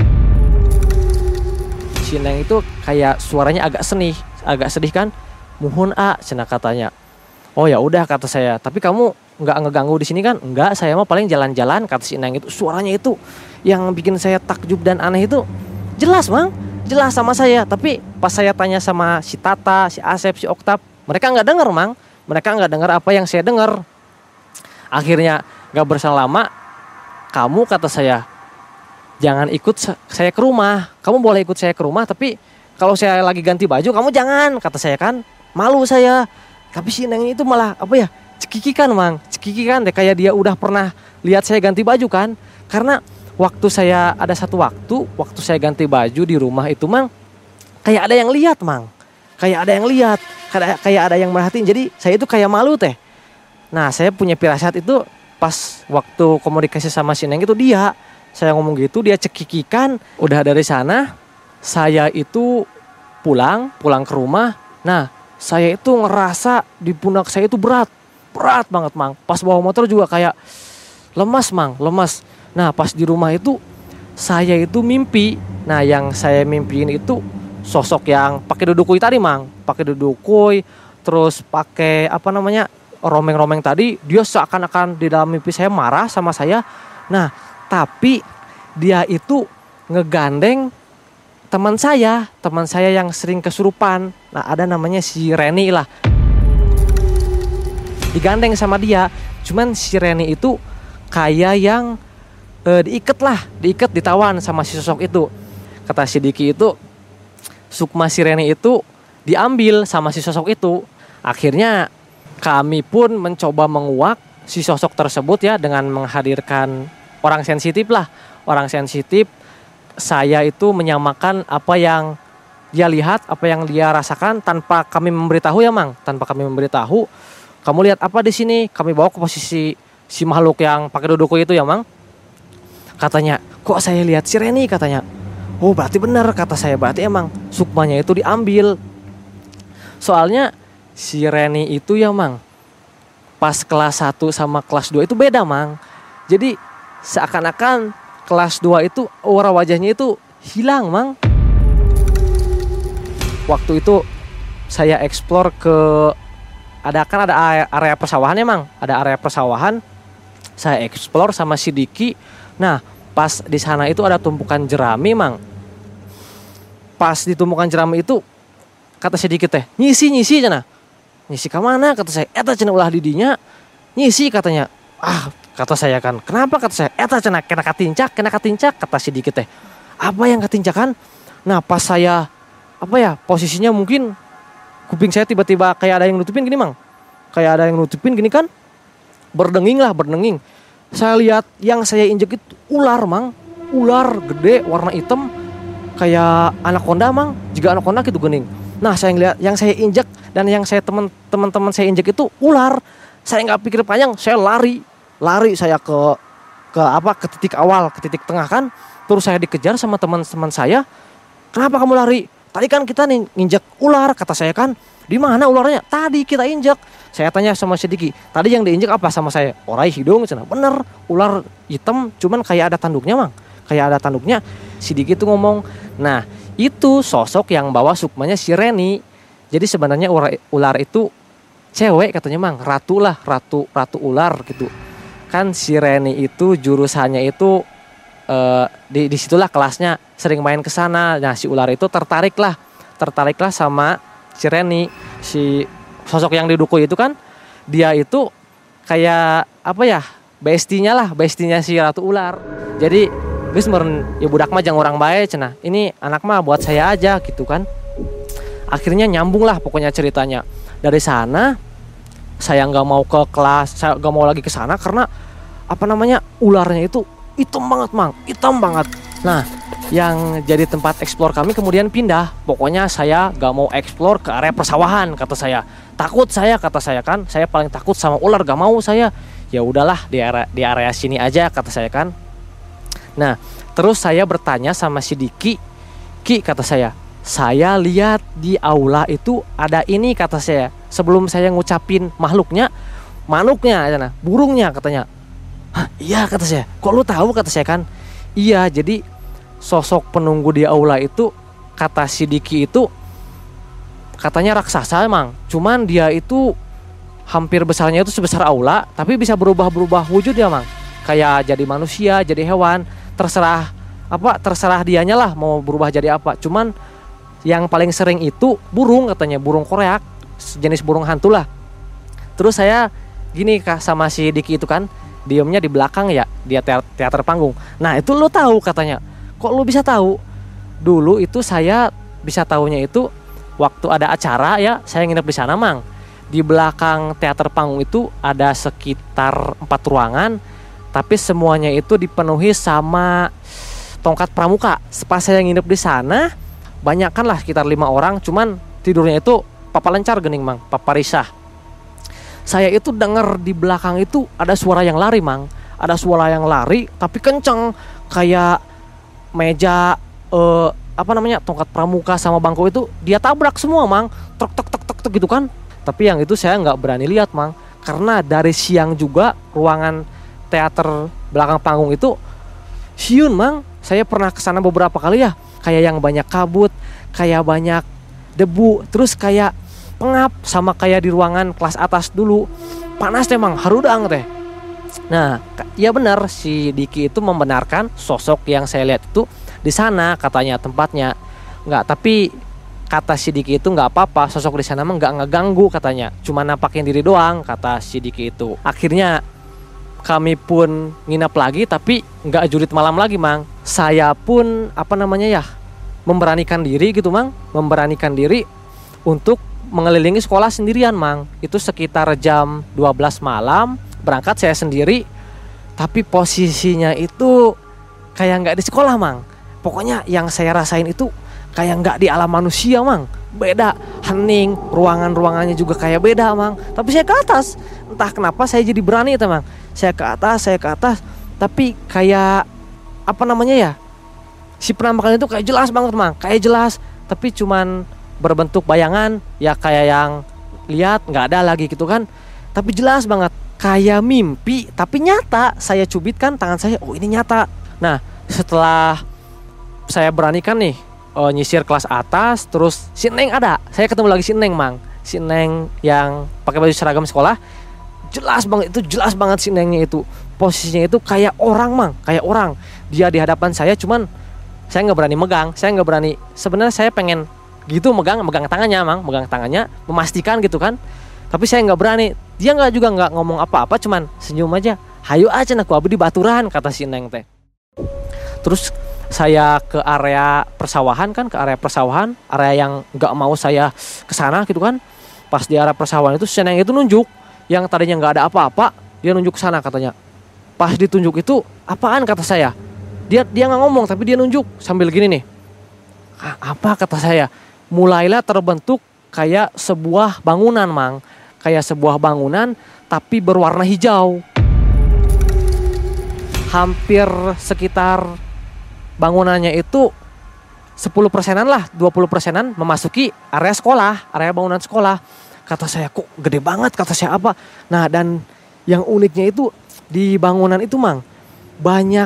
Si Neng itu kayak suaranya agak sedih kan? Muhun cenah katanya. Oh ya udah kata saya, tapi kamu nggak ngeganggu di sini kan? Enggak, saya mah paling jalan-jalan, kata si Neng itu. Suaranya itu yang bikin saya takjub dan aneh itu jelas Mang, jelas sama saya. Tapi pas saya tanya sama si Tata, si Asep, si Oktav, mereka nggak dengar Mang. Mereka nggak dengar apa yang saya dengar. Akhirnya nggak berselang lama, kamu kata saya, jangan ikut saya ke rumah. Kamu boleh ikut saya ke rumah, tapi kalau saya lagi ganti baju kamu jangan, kata saya kan. Malu saya. Tapi si Neng itu malah cekikikan Mang, cekikikan deh, kayak dia udah pernah lihat saya ganti baju kan. Karena waktu saya ada satu waktu saya ganti baju di rumah itu Mang, kayak ada yang lihat Mang, kayak ada yang merhatiin. Jadi saya itu kayak malu teh. Nah saya punya firasat itu pas waktu komunikasi sama si Neng itu saya ngomong gitu, dia cekikikan. Udah dari sana saya itu pulang ke rumah. Nah saya itu ngerasa di pundak saya itu berat banget Mang. Pas bawa motor juga kayak lemas Mang, lemas. Nah pas di rumah itu saya itu mimpi. Nah yang saya mimpiin itu sosok yang pakai dudukui tadi Mang, pakai dudukui, terus pakai romeng-romeng tadi. Dia seakan-akan di dalam mimpi saya marah sama saya. Nah tapi dia itu ngegandeng teman saya yang sering kesurupan. Nah ada namanya si Reni lah, digandeng sama dia. Cuman si Reni itu kayak yang diikat ditawan sama si sosok itu. Kata si Diki itu sukma si Reni itu diambil sama si sosok itu. Akhirnya kami pun mencoba menguak si sosok tersebut ya, dengan menghadirkan orang sensitif lah. Orang sensitif, saya itu menyamakan apa yang dia lihat, apa yang dia rasakan tanpa kami memberitahu ya Mang. Tanpa kami memberitahu, kamu lihat apa di sini? Kami bawa ke posisi si makhluk yang pakai dudukku itu ya Mang. Katanya, kok saya lihat si Reni katanya. Oh berarti benar kata saya, berarti emang sukmanya itu diambil. Soalnya si Reni itu ya Mang, pas kelas 1 sama kelas 2 itu beda Mang. Jadi seakan-akan kelas 2 itu aura wajahnya itu hilang Mang. Waktu itu saya eksplor ke ada area persawahan ya Mang. Ada area persawahan. Saya eksplor sama si Diki. Nah, pas di sana itu ada tumpukan jerami Mang. Pas di tumpukan jerami itu kata si Diki teh, nyisi cenah. Nyisi ka mana kata saya? Eta cenah ulah di dinya. Nyisi katanya. Kata saya kan, kenapa kata saya? Eta cenah kena katincak kata si Diki teh. Apa yang katincakan? Nah pas saya posisinya mungkin kuping saya tiba-tiba kayak ada yang nutupin gini Mang. Kayak ada yang nutupin gini kan. Berdenging. Saya lihat yang saya injek itu ular Mang. Ular gede warna hitam kayak anaconda Mang. Jika anaconda gitu gening. Nah saya ngeliat yang saya injek dan yang saya teman-teman saya injek itu ular. Saya nggak pikir panjang, saya lari saya ke titik awal, ke titik tengah kan. Terus saya dikejar sama teman-teman saya. Kenapa kamu lari? Tadi kan kita nih nginjek ular, kata saya kan. Di mana ularnya? Tadi kita injek. Saya tanya sama si Diki, tadi yang diinjek apa sama saya? Orai hidung cenah. Bener, ular hitam cuman kayak ada tanduknya Mang. Kayak ada tanduknya. Si Diki tuh ngomong, nah itu sosok yang bawa sukmanya si Reni. Jadi sebenarnya ular itu cewek katanya Mang, ratu ular gitu. Kan si Reni itu jurusannya itu di situlah kelasnya, sering main ke sana. Nah si ular itu tertariklah sama si Reni. Si sosok yang di duku itu kan, dia itu kayak bestinya si ratu ular. Jadi geus meureun ya budak mah jang orang bae cenah. Ini anak mah buat saya aja gitu kan. Akhirnya nyambung lah pokoknya ceritanya. Dari sana saya nggak mau ke kelas, saya nggak mau lagi ke sana karena ularnya itu hitam banget Mang, hitam banget. Nah, yang jadi tempat eksplor kami kemudian pindah. Pokoknya saya nggak mau eksplor ke area persawahan kata saya. Takut saya kata saya kan, saya paling takut sama ular, gak mau saya. Ya udahlah di area sini aja kata saya kan. Nah, terus saya bertanya sama si Diki, Ki kata saya lihat di aula itu ada ini kata saya. Sebelum saya ngucapin manuknya, burungnya katanya. Hah, iya kata saya. Kok lu tahu kata saya kan? Iya, jadi sosok penunggu di aula itu kata si Diki itu katanya raksasa emang. Cuman dia itu hampir besarnya itu sebesar aula, tapi bisa berubah wujud ya Mang. Kayak jadi manusia, jadi hewan, terserah dianya lah mau berubah jadi apa. Cuman yang paling sering itu burung katanya, burung koreak, jenis burung hantu lah. Terus saya gini kah sama si Diki itu kan, diemnya di belakang ya, dia teater panggung. Nah itu lu tahu katanya. Kok lu bisa tahu? Dulu itu saya bisa tahunya itu waktu ada acara ya, saya nginep di sana Mang. Di belakang teater panggung itu ada sekitar 4 ruangan, tapi semuanya itu dipenuhi sama tongkat pramuka. Pas saya nginep di sana, banyak kan lah sekitar 5 orang, cuman tidurnya itu papa lencar gening Mang, papa risah. Saya itu dengar di belakang itu ada suara yang lari Mang, ada suara yang lari tapi kenceng, kayak meja tongkat pramuka sama bangku itu dia tabrak semua Mang, tek gitu kan. Tapi yang itu saya nggak berani lihat Mang, karena dari siang juga ruangan teater belakang panggung itu siun Mang. Saya pernah kesana beberapa kali ya, kayak yang banyak kabut, kayak banyak debu, terus kayak pengap, sama kayak di ruangan kelas atas dulu. Panas deh Mang, harudang teh. Nah, ya benar si Diki itu membenarkan sosok yang saya lihat itu di sana katanya tempatnya. Nggak, tapi kata si Diki itu nggak apa-apa, sosok di sana mah nggak ngeganggu katanya, cuma nampakin diri doang kata si Diki itu. Akhirnya kami pun nginap lagi, tapi nggak jurit malam lagi Mang. Saya pun memberanikan diri gitu Mang, memberanikan diri untuk mengelilingi sekolah sendirian Mang. Itu sekitar jam 12 malam berangkat saya sendiri, tapi posisinya itu kayak nggak di sekolah Mang. Pokoknya yang saya rasain itu kayak nggak di alam manusia Mang. Beda, hening, ruangannya juga kayak beda Mang. Tapi saya ke atas, entah kenapa saya jadi berani itu Mang. Saya ke atas, tapi kayak si penampakan itu kayak jelas banget Mang, kayak jelas, tapi cuman berbentuk bayangan ya, kayak yang lihat nggak ada lagi gitu kan. Tapi jelas banget, kayak mimpi tapi nyata. Saya cubitkan tangan saya, oh ini nyata. Nah setelah saya beranikan nih nyisir kelas atas, terus si Neng ada, saya ketemu lagi si Neng Mang, si Neng yang pakai baju seragam sekolah. Jelas banget si Nengnya itu, posisinya itu kayak orang Mang, kayak orang. Dia di hadapan saya, cuman saya nggak berani megang, saya nggak berani. Sebenarnya saya pengen gitu megang tangannya Mang, megang tangannya, memastikan gitu kan. Tapi saya nggak berani. Dia nggak ngomong apa-apa, cuman senyum aja. Hayu aja nak abdi baturan kata si Neng teh. Terus saya ke area persawahan, area yang nggak mau saya kesana gitu kan. Pas di area persawahan itu si Neng itu nunjuk, yang tadinya nggak ada apa-apa, dia nunjuk ke sana katanya. Pas ditunjuk itu apaan kata saya. Dia nggak ngomong tapi dia nunjuk sambil gini nih. Apa kata saya. Mulailah terbentuk kayak sebuah bangunan Mang, kayak sebuah bangunan tapi berwarna hijau. Hampir sekitar bangunannya itu 10%-an lah, 20%-an memasuki area sekolah, area bangunan sekolah. Kata saya, kok gede banget kata saya apa. Nah dan yang uniknya itu di bangunan itu Mang, banyak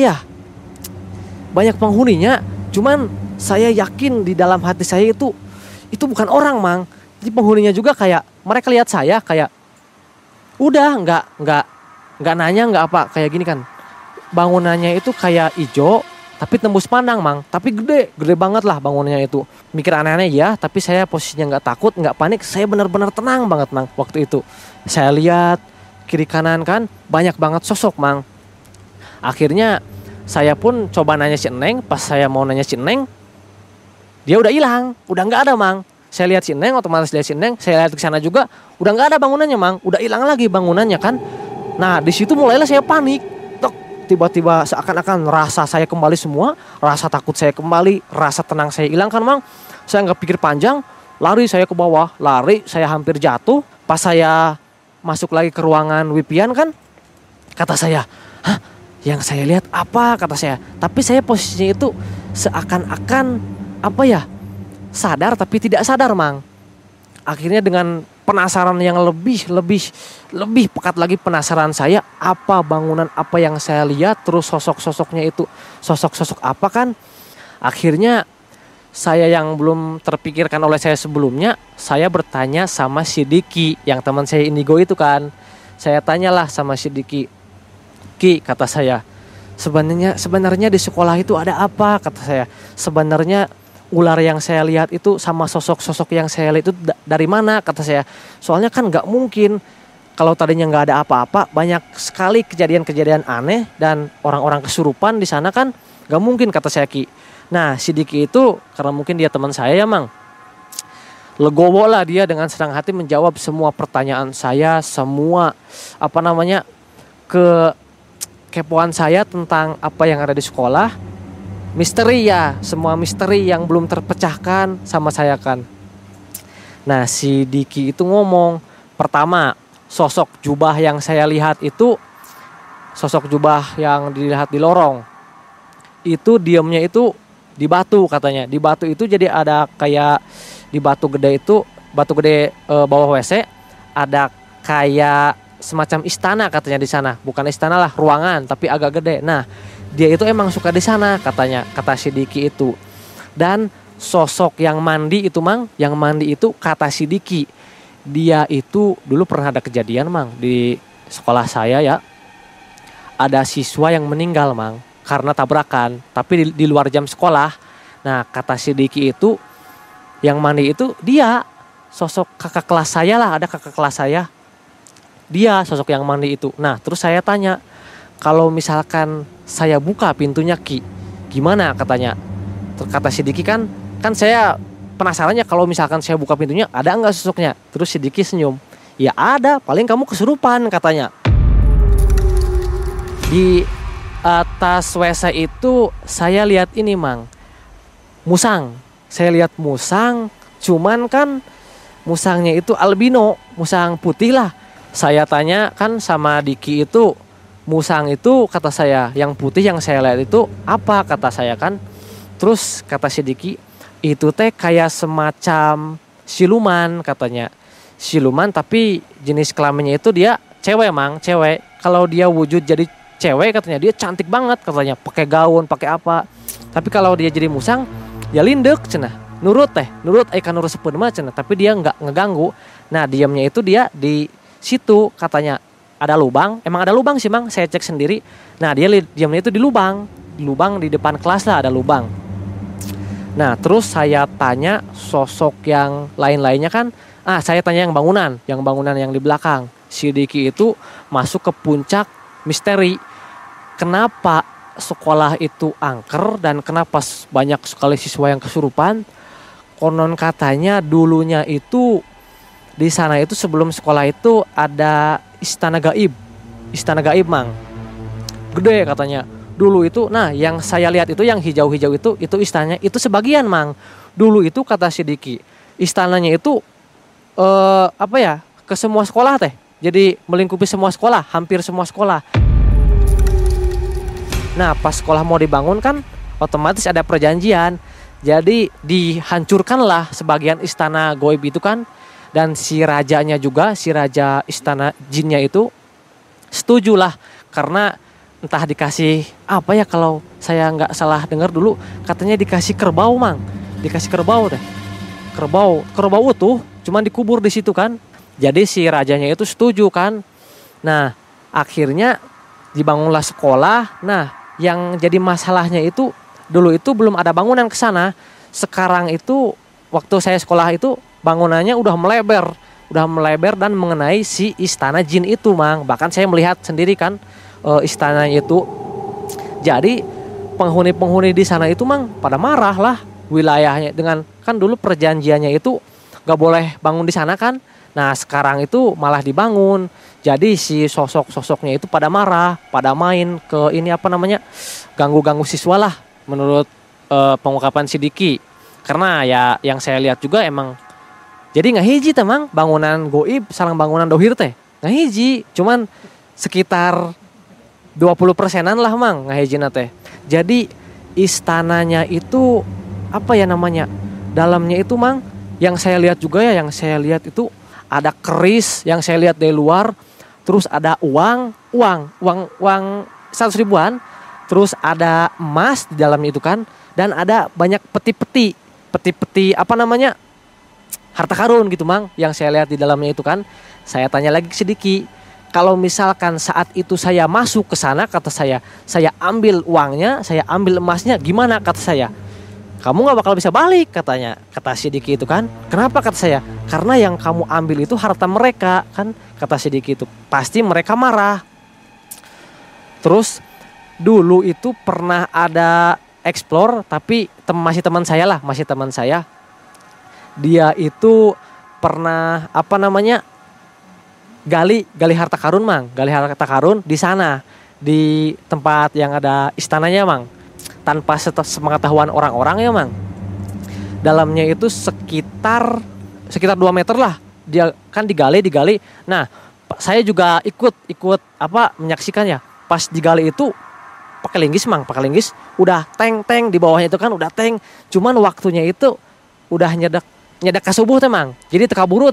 penghuninya. Cuman saya yakin di dalam hati saya itu bukan orang Mang. Jadi penghuninya juga kayak mereka lihat saya kayak udah nggak nanya nggak apa, kayak gini kan. Bangunannya itu kayak ijo tapi tembus pandang Mang, tapi gede banget lah bangunannya itu. Mikir aneh-aneh ya, tapi saya posisinya nggak takut, nggak panik, saya benar-benar tenang banget Mang waktu itu. Saya lihat kiri kanan kan, banyak banget sosok Mang. Akhirnya saya pun coba nanya si Neng, pas saya mau nanya si Neng, dia udah hilang, udah nggak ada Mang. Saya lihat si Neng, otomatis lihat si Neng, saya lihat ke sana juga, udah nggak ada bangunannya Mang, udah hilang lagi bangunannya kan. Nah di situ mulailah saya panik, tiba-tiba seakan-akan rasa saya kembali semua, rasa takut saya kembali, rasa tenang saya hilang kan Mang. Saya nggak pikir panjang, lari saya ke bawah, lari saya hampir jatuh. Pas saya masuk lagi ke ruangan Wipian kan, kata saya, hah, yang saya lihat apa, kata saya. Tapi saya posisinya itu seakan-akan apa ya, sadar tapi tidak sadar Mang. Akhirnya dengan penasaran yang lebih pekat lagi penasaran saya, apa bangunan apa yang saya lihat, terus sosok-sosoknya itu sosok-sosok apa kan. Akhirnya saya yang belum terpikirkan oleh saya sebelumnya, saya bertanya sama si Diki yang teman saya indigo itu kan. Saya tanyalah sama si Diki, Ki, kata saya, sebenarnya di sekolah itu ada apa, kata saya. Sebenarnya ular yang saya lihat itu sama sosok-sosok yang saya lihat itu dari mana, kata saya. Soalnya kan nggak mungkin kalau tadinya nggak ada apa-apa, banyak sekali kejadian-kejadian aneh dan orang-orang kesurupan di sana kan, nggak mungkin, kata saya Ki. Nah si Diki itu karena mungkin dia teman saya ya Mang, legowo lah dia dengan senang hati menjawab semua pertanyaan saya, semua kekepoan saya tentang apa yang ada di sekolah. Misteri ya, semua misteri yang belum terpecahkan sama saya kan. Nah si Diki itu ngomong, pertama sosok jubah yang saya lihat itu, sosok jubah yang dilihat di lorong, itu diamnya itu di batu katanya. Di batu itu jadi ada kayak, di batu gede itu, batu gede bawah WC, ada kayak semacam istana katanya di sana. Bukan istana lah, ruangan tapi agak gede. Nah dia itu emang suka di sana katanya, kata si Diki itu. Dan sosok yang mandi itu Mang, yang mandi itu kata si Diki, dia itu dulu pernah ada kejadian Mang di sekolah saya ya. Ada siswa yang meninggal Mang karena tabrakan, tapi di luar jam sekolah. Nah kata si Diki itu, yang mandi itu dia, sosok kakak kelas saya lah, ada kakak kelas saya, dia sosok yang mandi itu. Nah terus saya tanya, kalau misalkan saya buka pintunya Ki, gimana, katanya. Kata si Diki kan saya penasarannya kalau misalkan saya buka pintunya ada nggak sosoknya. Terus si Diki senyum, ya ada, paling kamu kesurupan, katanya. Di atas WC itu saya lihat ini Mang, musang. Saya lihat musang, cuman kan musangnya itu albino, musang putih lah. Saya tanya kan sama Diki itu, musang itu, kata saya, yang putih yang saya lihat itu apa, kata saya kan. Terus kata si Diki, itu teh kayak semacam siluman, katanya. Siluman tapi jenis kelaminnya itu dia cewek Mang, cewek. Kalau dia wujud jadi cewek katanya dia cantik banget katanya, pakai gaun, pakai apa. Tapi kalau dia jadi musang ya lindek cenah. Nurut ikan nurut sepeun mah cenah, tapi dia nggak ngeganggu. Nah, diamnya itu dia di situ katanya. Ada lubang, emang ada lubang sih Mang, saya cek sendiri. Nah dia diamnya itu di lubang di depan kelas lah ada lubang. Nah terus saya tanya sosok yang lain-lainnya kan, saya tanya yang bangunan yang di belakang. Si Diki itu masuk ke puncak misteri. Kenapa sekolah itu angker dan kenapa banyak sekali siswa yang kesurupan? Konon katanya dulunya itu di sana itu sebelum sekolah itu ada istana gaib Mang, gede katanya dulu itu. Nah yang saya lihat itu yang hijau-hijau itu istananya itu sebagian Mang. Dulu itu kata si Diki, istananya itu ke semua sekolah teh, jadi melingkupi semua sekolah, hampir semua sekolah. Nah pas sekolah mau dibangun kan otomatis ada perjanjian, jadi dihancurkanlah sebagian istana gaib itu kan. Dan si rajanya juga, si raja istana jinnya itu setujulah, karena entah dikasih apa ya, kalau saya nggak salah dengar dulu katanya dikasih kerbau Mang, dikasih kerbau teh, kerbau utuh, cuman dikubur di situ kan. Jadi si rajanya itu setuju kan. Nah akhirnya dibangunlah sekolah. Nah yang jadi masalahnya itu dulu itu belum ada bangunan ke sana. Sekarang itu waktu saya sekolah itu bangunannya udah melebar. udah melebar dan mengenai si istana jin itu Mang. Bahkan saya melihat sendiri kan istana itu. Jadi penghuni-penghuni di sana itu Mang pada marah lah, wilayahnya dengan kan dulu perjanjiannya itu gak boleh bangun di sana kan. Nah sekarang itu malah dibangun. Jadi si sosok-sosoknya itu pada marah, pada main ke ini apa namanya, ganggu-ganggu siswa lah menurut pengungkapan si Diki. Karena ya yang saya lihat juga emang jadi nggak hiji temang bangunan goib sareng bangunan dohir teh nggak hiji, cuman sekitar 20%-an lah Mang nggak hiji teh. Jadi istananya itu apa ya namanya, dalamnya itu Mang yang saya lihat juga ya, yang saya lihat itu ada keris yang saya lihat dari luar, terus ada uang 100 ribuan, terus ada emas di dalamnya itu kan, dan ada banyak peti-peti apa namanya, harta karun gitu Mang yang saya lihat di dalamnya itu kan. Saya tanya lagi ke si Diki, kalau misalkan saat itu saya masuk ke sana, kata saya ambil uangnya, saya ambil emasnya, gimana kata saya? Kamu gak bakal bisa balik katanya, kata si Diki itu kan. Kenapa kata saya? Karena yang kamu ambil itu harta mereka kan, kata si Diki itu. Pasti mereka marah. Terus dulu itu pernah ada explore, tapi masih teman saya. Dia itu pernah apa namanya, gali harta karun Mang, gali harta karun di sana, di tempat yang ada istananya Mang. Tanpa sepengetahuan orang-orang ya Mang. Dalamnya itu sekitar 2 meter lah. Dia kan digali. Nah, saya juga ikut apa menyaksikan ya. Pas digali itu pakai linggis Mang, udah teng di bawahnya itu kan udah teng. Cuman waktunya itu udah nyedak ke subuh teh Mang. Jadi teka buru.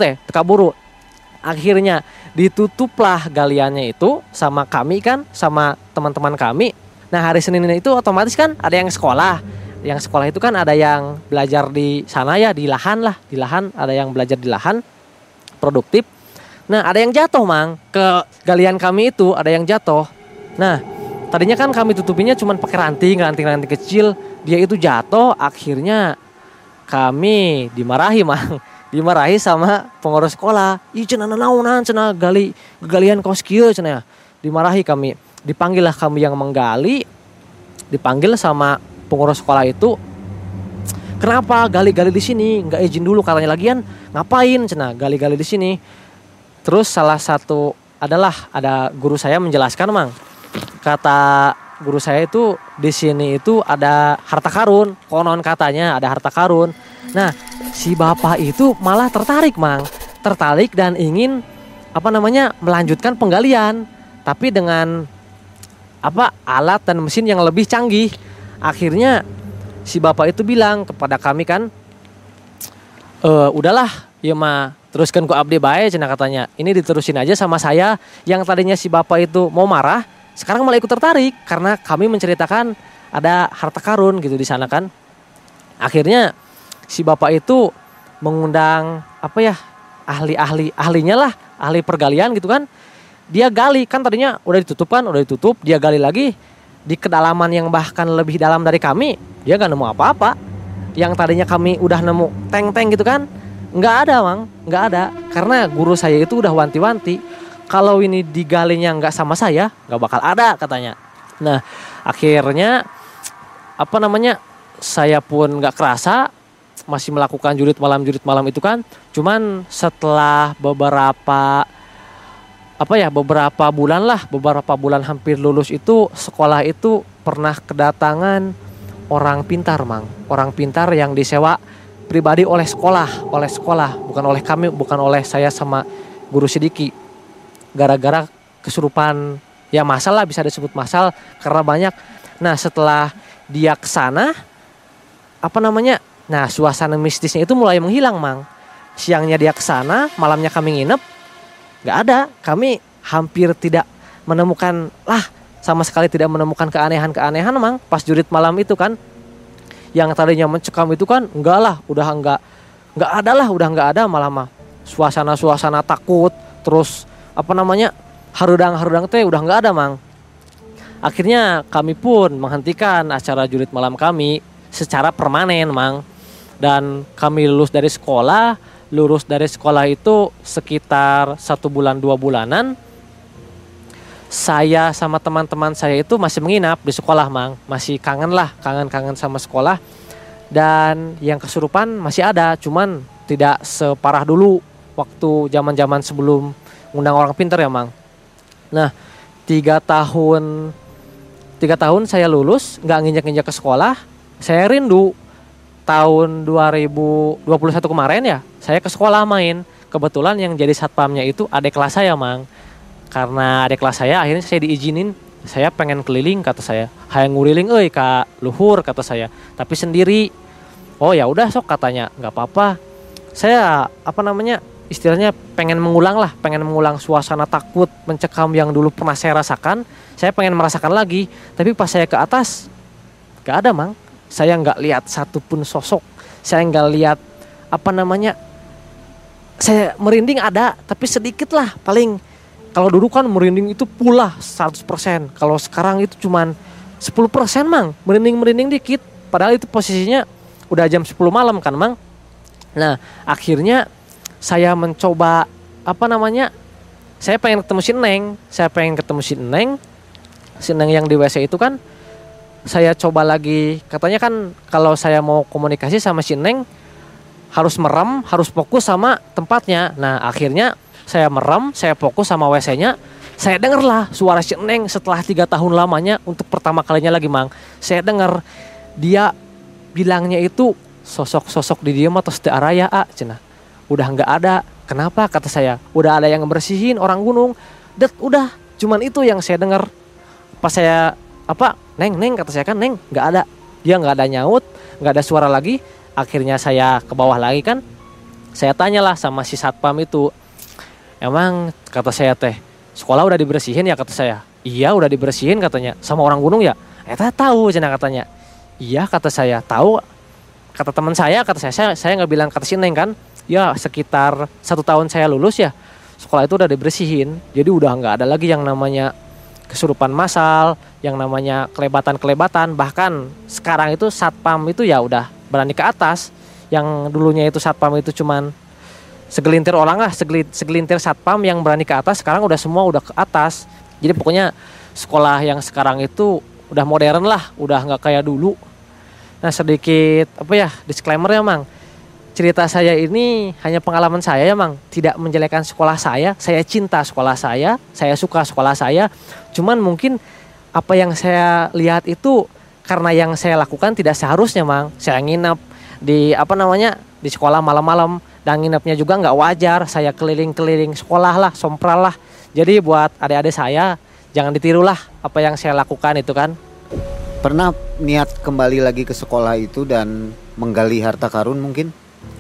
Akhirnya ditutuplah galiannya itu sama kami kan, sama teman-teman kami. Nah hari Senin itu otomatis kan ada yang sekolah. Yang sekolah itu kan ada yang belajar di sana ya, di lahan ada yang belajar di lahan produktif. Nah ada yang jatuh Mang, ke galian kami itu ada yang jatuh. Nah tadinya kan kami tutupinya cuma pakai ranting kecil. Dia itu jatuh, akhirnya kami dimarahi Mang. Dimarahi sama pengurus sekolah. Ih cenah naonan cenah galian kos kieu cenah. Dimarahi kami. Dipanggil lah kami yang menggali, dipanggil sama pengurus sekolah itu. Kenapa gali-gali di sini? Nggak izin dulu katanya, lagian ngapain cenah gali-gali di sini? Terus salah satu ada guru saya menjelaskan Mang. Kata guru saya itu di sini itu ada harta karun, konon katanya ada harta karun. Nah, si bapak itu malah tertarik Mang, dan ingin apa namanya melanjutkan penggalian, tapi dengan alat dan mesin yang lebih canggih. Akhirnya si bapak itu bilang kepada kami kan, udahlah ya mah teruskan ku abdi bae cenah katanya. Ini diterusin aja sama saya. Yang tadinya si bapak itu mau marah, sekarang malah ikut tertarik karena kami menceritakan ada harta karun gitu di sana kan. Akhirnya si bapak itu mengundang ahlinya lah, ahli pergalian gitu kan. Dia gali kan, tadinya udah ditutup, dia gali lagi di kedalaman yang bahkan lebih dalam dari kami. Dia gak nemu apa-apa. Yang tadinya kami udah nemu teng-teng gitu kan, nggak ada Mang, nggak ada. Karena guru saya itu udah wanti-wanti, kalau ini digalinya nggak sama saya, nggak bakal ada katanya. Nah akhirnya saya pun nggak kerasa masih melakukan jurit malam itu kan. Cuman setelah beberapa bulan hampir lulus itu, sekolah itu pernah kedatangan orang pintar Mang, orang pintar yang disewa pribadi oleh sekolah, bukan oleh kami, bukan oleh saya sama guru Sidiki. Gara-gara kesurupan, ya masal lah, bisa disebut masal karena banyak. Nah setelah dia kesana, nah suasana mistisnya itu mulai menghilang Mang. Siangnya dia kesana, malamnya kami nginep, nggak ada. Kami hampir tidak menemukan sama sekali tidak menemukan keanehan Mang. Pas jurit malam itu kan, yang tadinya mencekam itu kan udah nggak ada, malah mah suasana takut, terus harudang teh udah nggak ada Mang. Akhirnya kami pun menghentikan acara jurit malam kami secara permanen Mang, dan kami lulus dari sekolah lulus dari sekolah itu sekitar 1 bulan 2 bulanan, saya sama teman-teman saya itu masih menginap di sekolah, Mang. Masih kangen lah, kangen-kangen sama sekolah. Dan yang kesurupan masih ada, cuman tidak separah dulu waktu zaman-zaman sebelum undang orang pintar ya, Mang. Nah, 3 tahun saya lulus, nggak nginjak-nginjak ke sekolah. Saya rindu. Tahun 2021 kemarin ya, saya ke sekolah main. Kebetulan yang jadi satpamnya itu adik kelas saya, Mang. Karena adik kelas saya akhirnya saya diizinin, saya pengen keliling kata saya. Hayang nguriling euy ka luhur kata saya, tapi sendiri. Oh ya udah sok katanya, nggak apa-apa. Saya istilahnya pengen mengulang suasana takut mencekam yang dulu pernah saya rasakan. Saya pengen merasakan lagi, tapi pas saya ke atas nggak ada, Mang. Saya nggak lihat satupun sosok. Saya nggak lihat saya merinding ada, tapi sedikit lah paling. Kalau dulu kan merinding itu pula 100%. Kalau sekarang itu cuman 10%, Mang. Merinding dikit. Padahal itu posisinya udah jam 10 malam kan, Mang. Nah, akhirnya saya mencoba saya pengen ketemu si Neng. Si Neng yang di WC itu kan saya coba lagi. Katanya kan kalau saya mau komunikasi sama si Neng harus merem, harus fokus sama tempatnya. Nah, akhirnya saya merem, saya fokus sama WC-nya. Saya denger lah suara si Neng setelah 3 tahun lamanya untuk pertama kalinya lagi, Mang. Saya denger dia bilangnya itu sosok di dia mah tos teu araya cenah. Udah nggak ada. Kenapa kata saya? Udah ada yang bersihin orang gunung. Udah cuman itu yang saya dengar. Pas saya Neng kata saya kan, Neng nggak ada. Dia nggak ada nyaut, nggak ada suara lagi. Akhirnya saya ke bawah lagi kan. Saya tanyalah sama si satpam itu. Emang kata saya teh, sekolah udah dibersihin ya kata saya. Iya udah dibersihin katanya. Sama orang gunung ya? Eta tahu cenah katanya. Iya kata saya, tahu. Kata teman saya, saya nggak bilang kata si Neng kan. Ya sekitar 1 tahun saya lulus ya, sekolah itu udah dibersihin. Jadi udah nggak ada lagi yang namanya kesurupan massal, yang namanya kelebatan. Bahkan sekarang itu satpam itu ya udah berani ke atas. Yang dulunya itu satpam itu cuman segelintir orang lah, segelintir satpam yang berani ke atas, sekarang udah semua udah ke atas. Jadi pokoknya sekolah yang sekarang itu udah modern lah, udah nggak kayak dulu. Nah sedikit disclaimer ya, Mang. Cerita saya ini hanya pengalaman saya ya, Mang. Tidak menjelekkan sekolah saya cinta sekolah saya suka sekolah saya. Cuman mungkin apa yang saya lihat itu karena yang saya lakukan tidak seharusnya, Mang. Saya nginep di di sekolah malam-malam. Dan nginepnya juga nggak wajar, saya keliling-keliling sekolah lah, sompral lah. Jadi buat adik-adik saya, jangan ditirulah apa yang saya lakukan itu kan. Pernah niat kembali lagi ke sekolah itu dan menggali harta karun mungkin?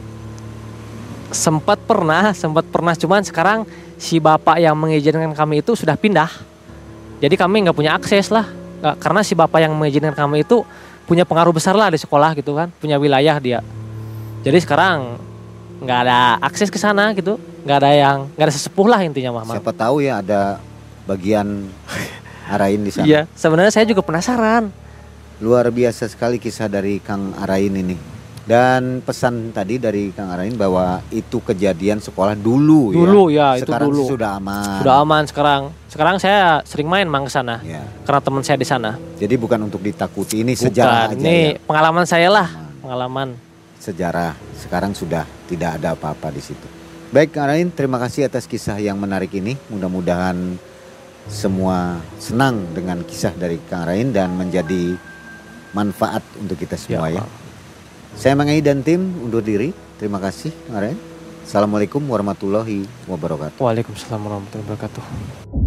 Sempat pernah, cuman sekarang si bapak yang mengizinkan kami itu sudah pindah. Jadi kami nggak punya akses lah, karena si bapak yang mengizinkan kami itu punya pengaruh besar lah di sekolah gitu kan, punya wilayah dia. Jadi sekarang nggak ada akses ke sana gitu, nggak ada sesepuh lah intinya, Mama. Siapa tahu ya ada bagian Arain di sana. Iya, sebenarnya saya juga penasaran. Luar biasa sekali kisah dari Kang Arain ini. Dan pesan tadi dari Kang Arain bahwa itu kejadian sekolah dulu ya. Sekarang itu dulu. Sudah aman. Sudah aman sekarang. Sekarang saya sering main, Mang, ke sana. Ya. Karena teman saya di sana. Jadi bukan untuk ditakuti, ini sejarah aja. Ini ya. Pengalaman saya lah, pengalaman. Sejarah. Sekarang sudah tidak ada apa-apa di situ. Baik, Kang Arain, terima kasih atas kisah yang menarik ini. Mudah-mudahan semua senang dengan kisah dari Kang Arain dan menjadi manfaat untuk kita semua ya. Saya Mang Ei dan tim undur diri. Terima kasih, Kang Arain. Assalamualaikum warahmatullahi wabarakatuh. Waalaikumsalam warahmatullahi wabarakatuh.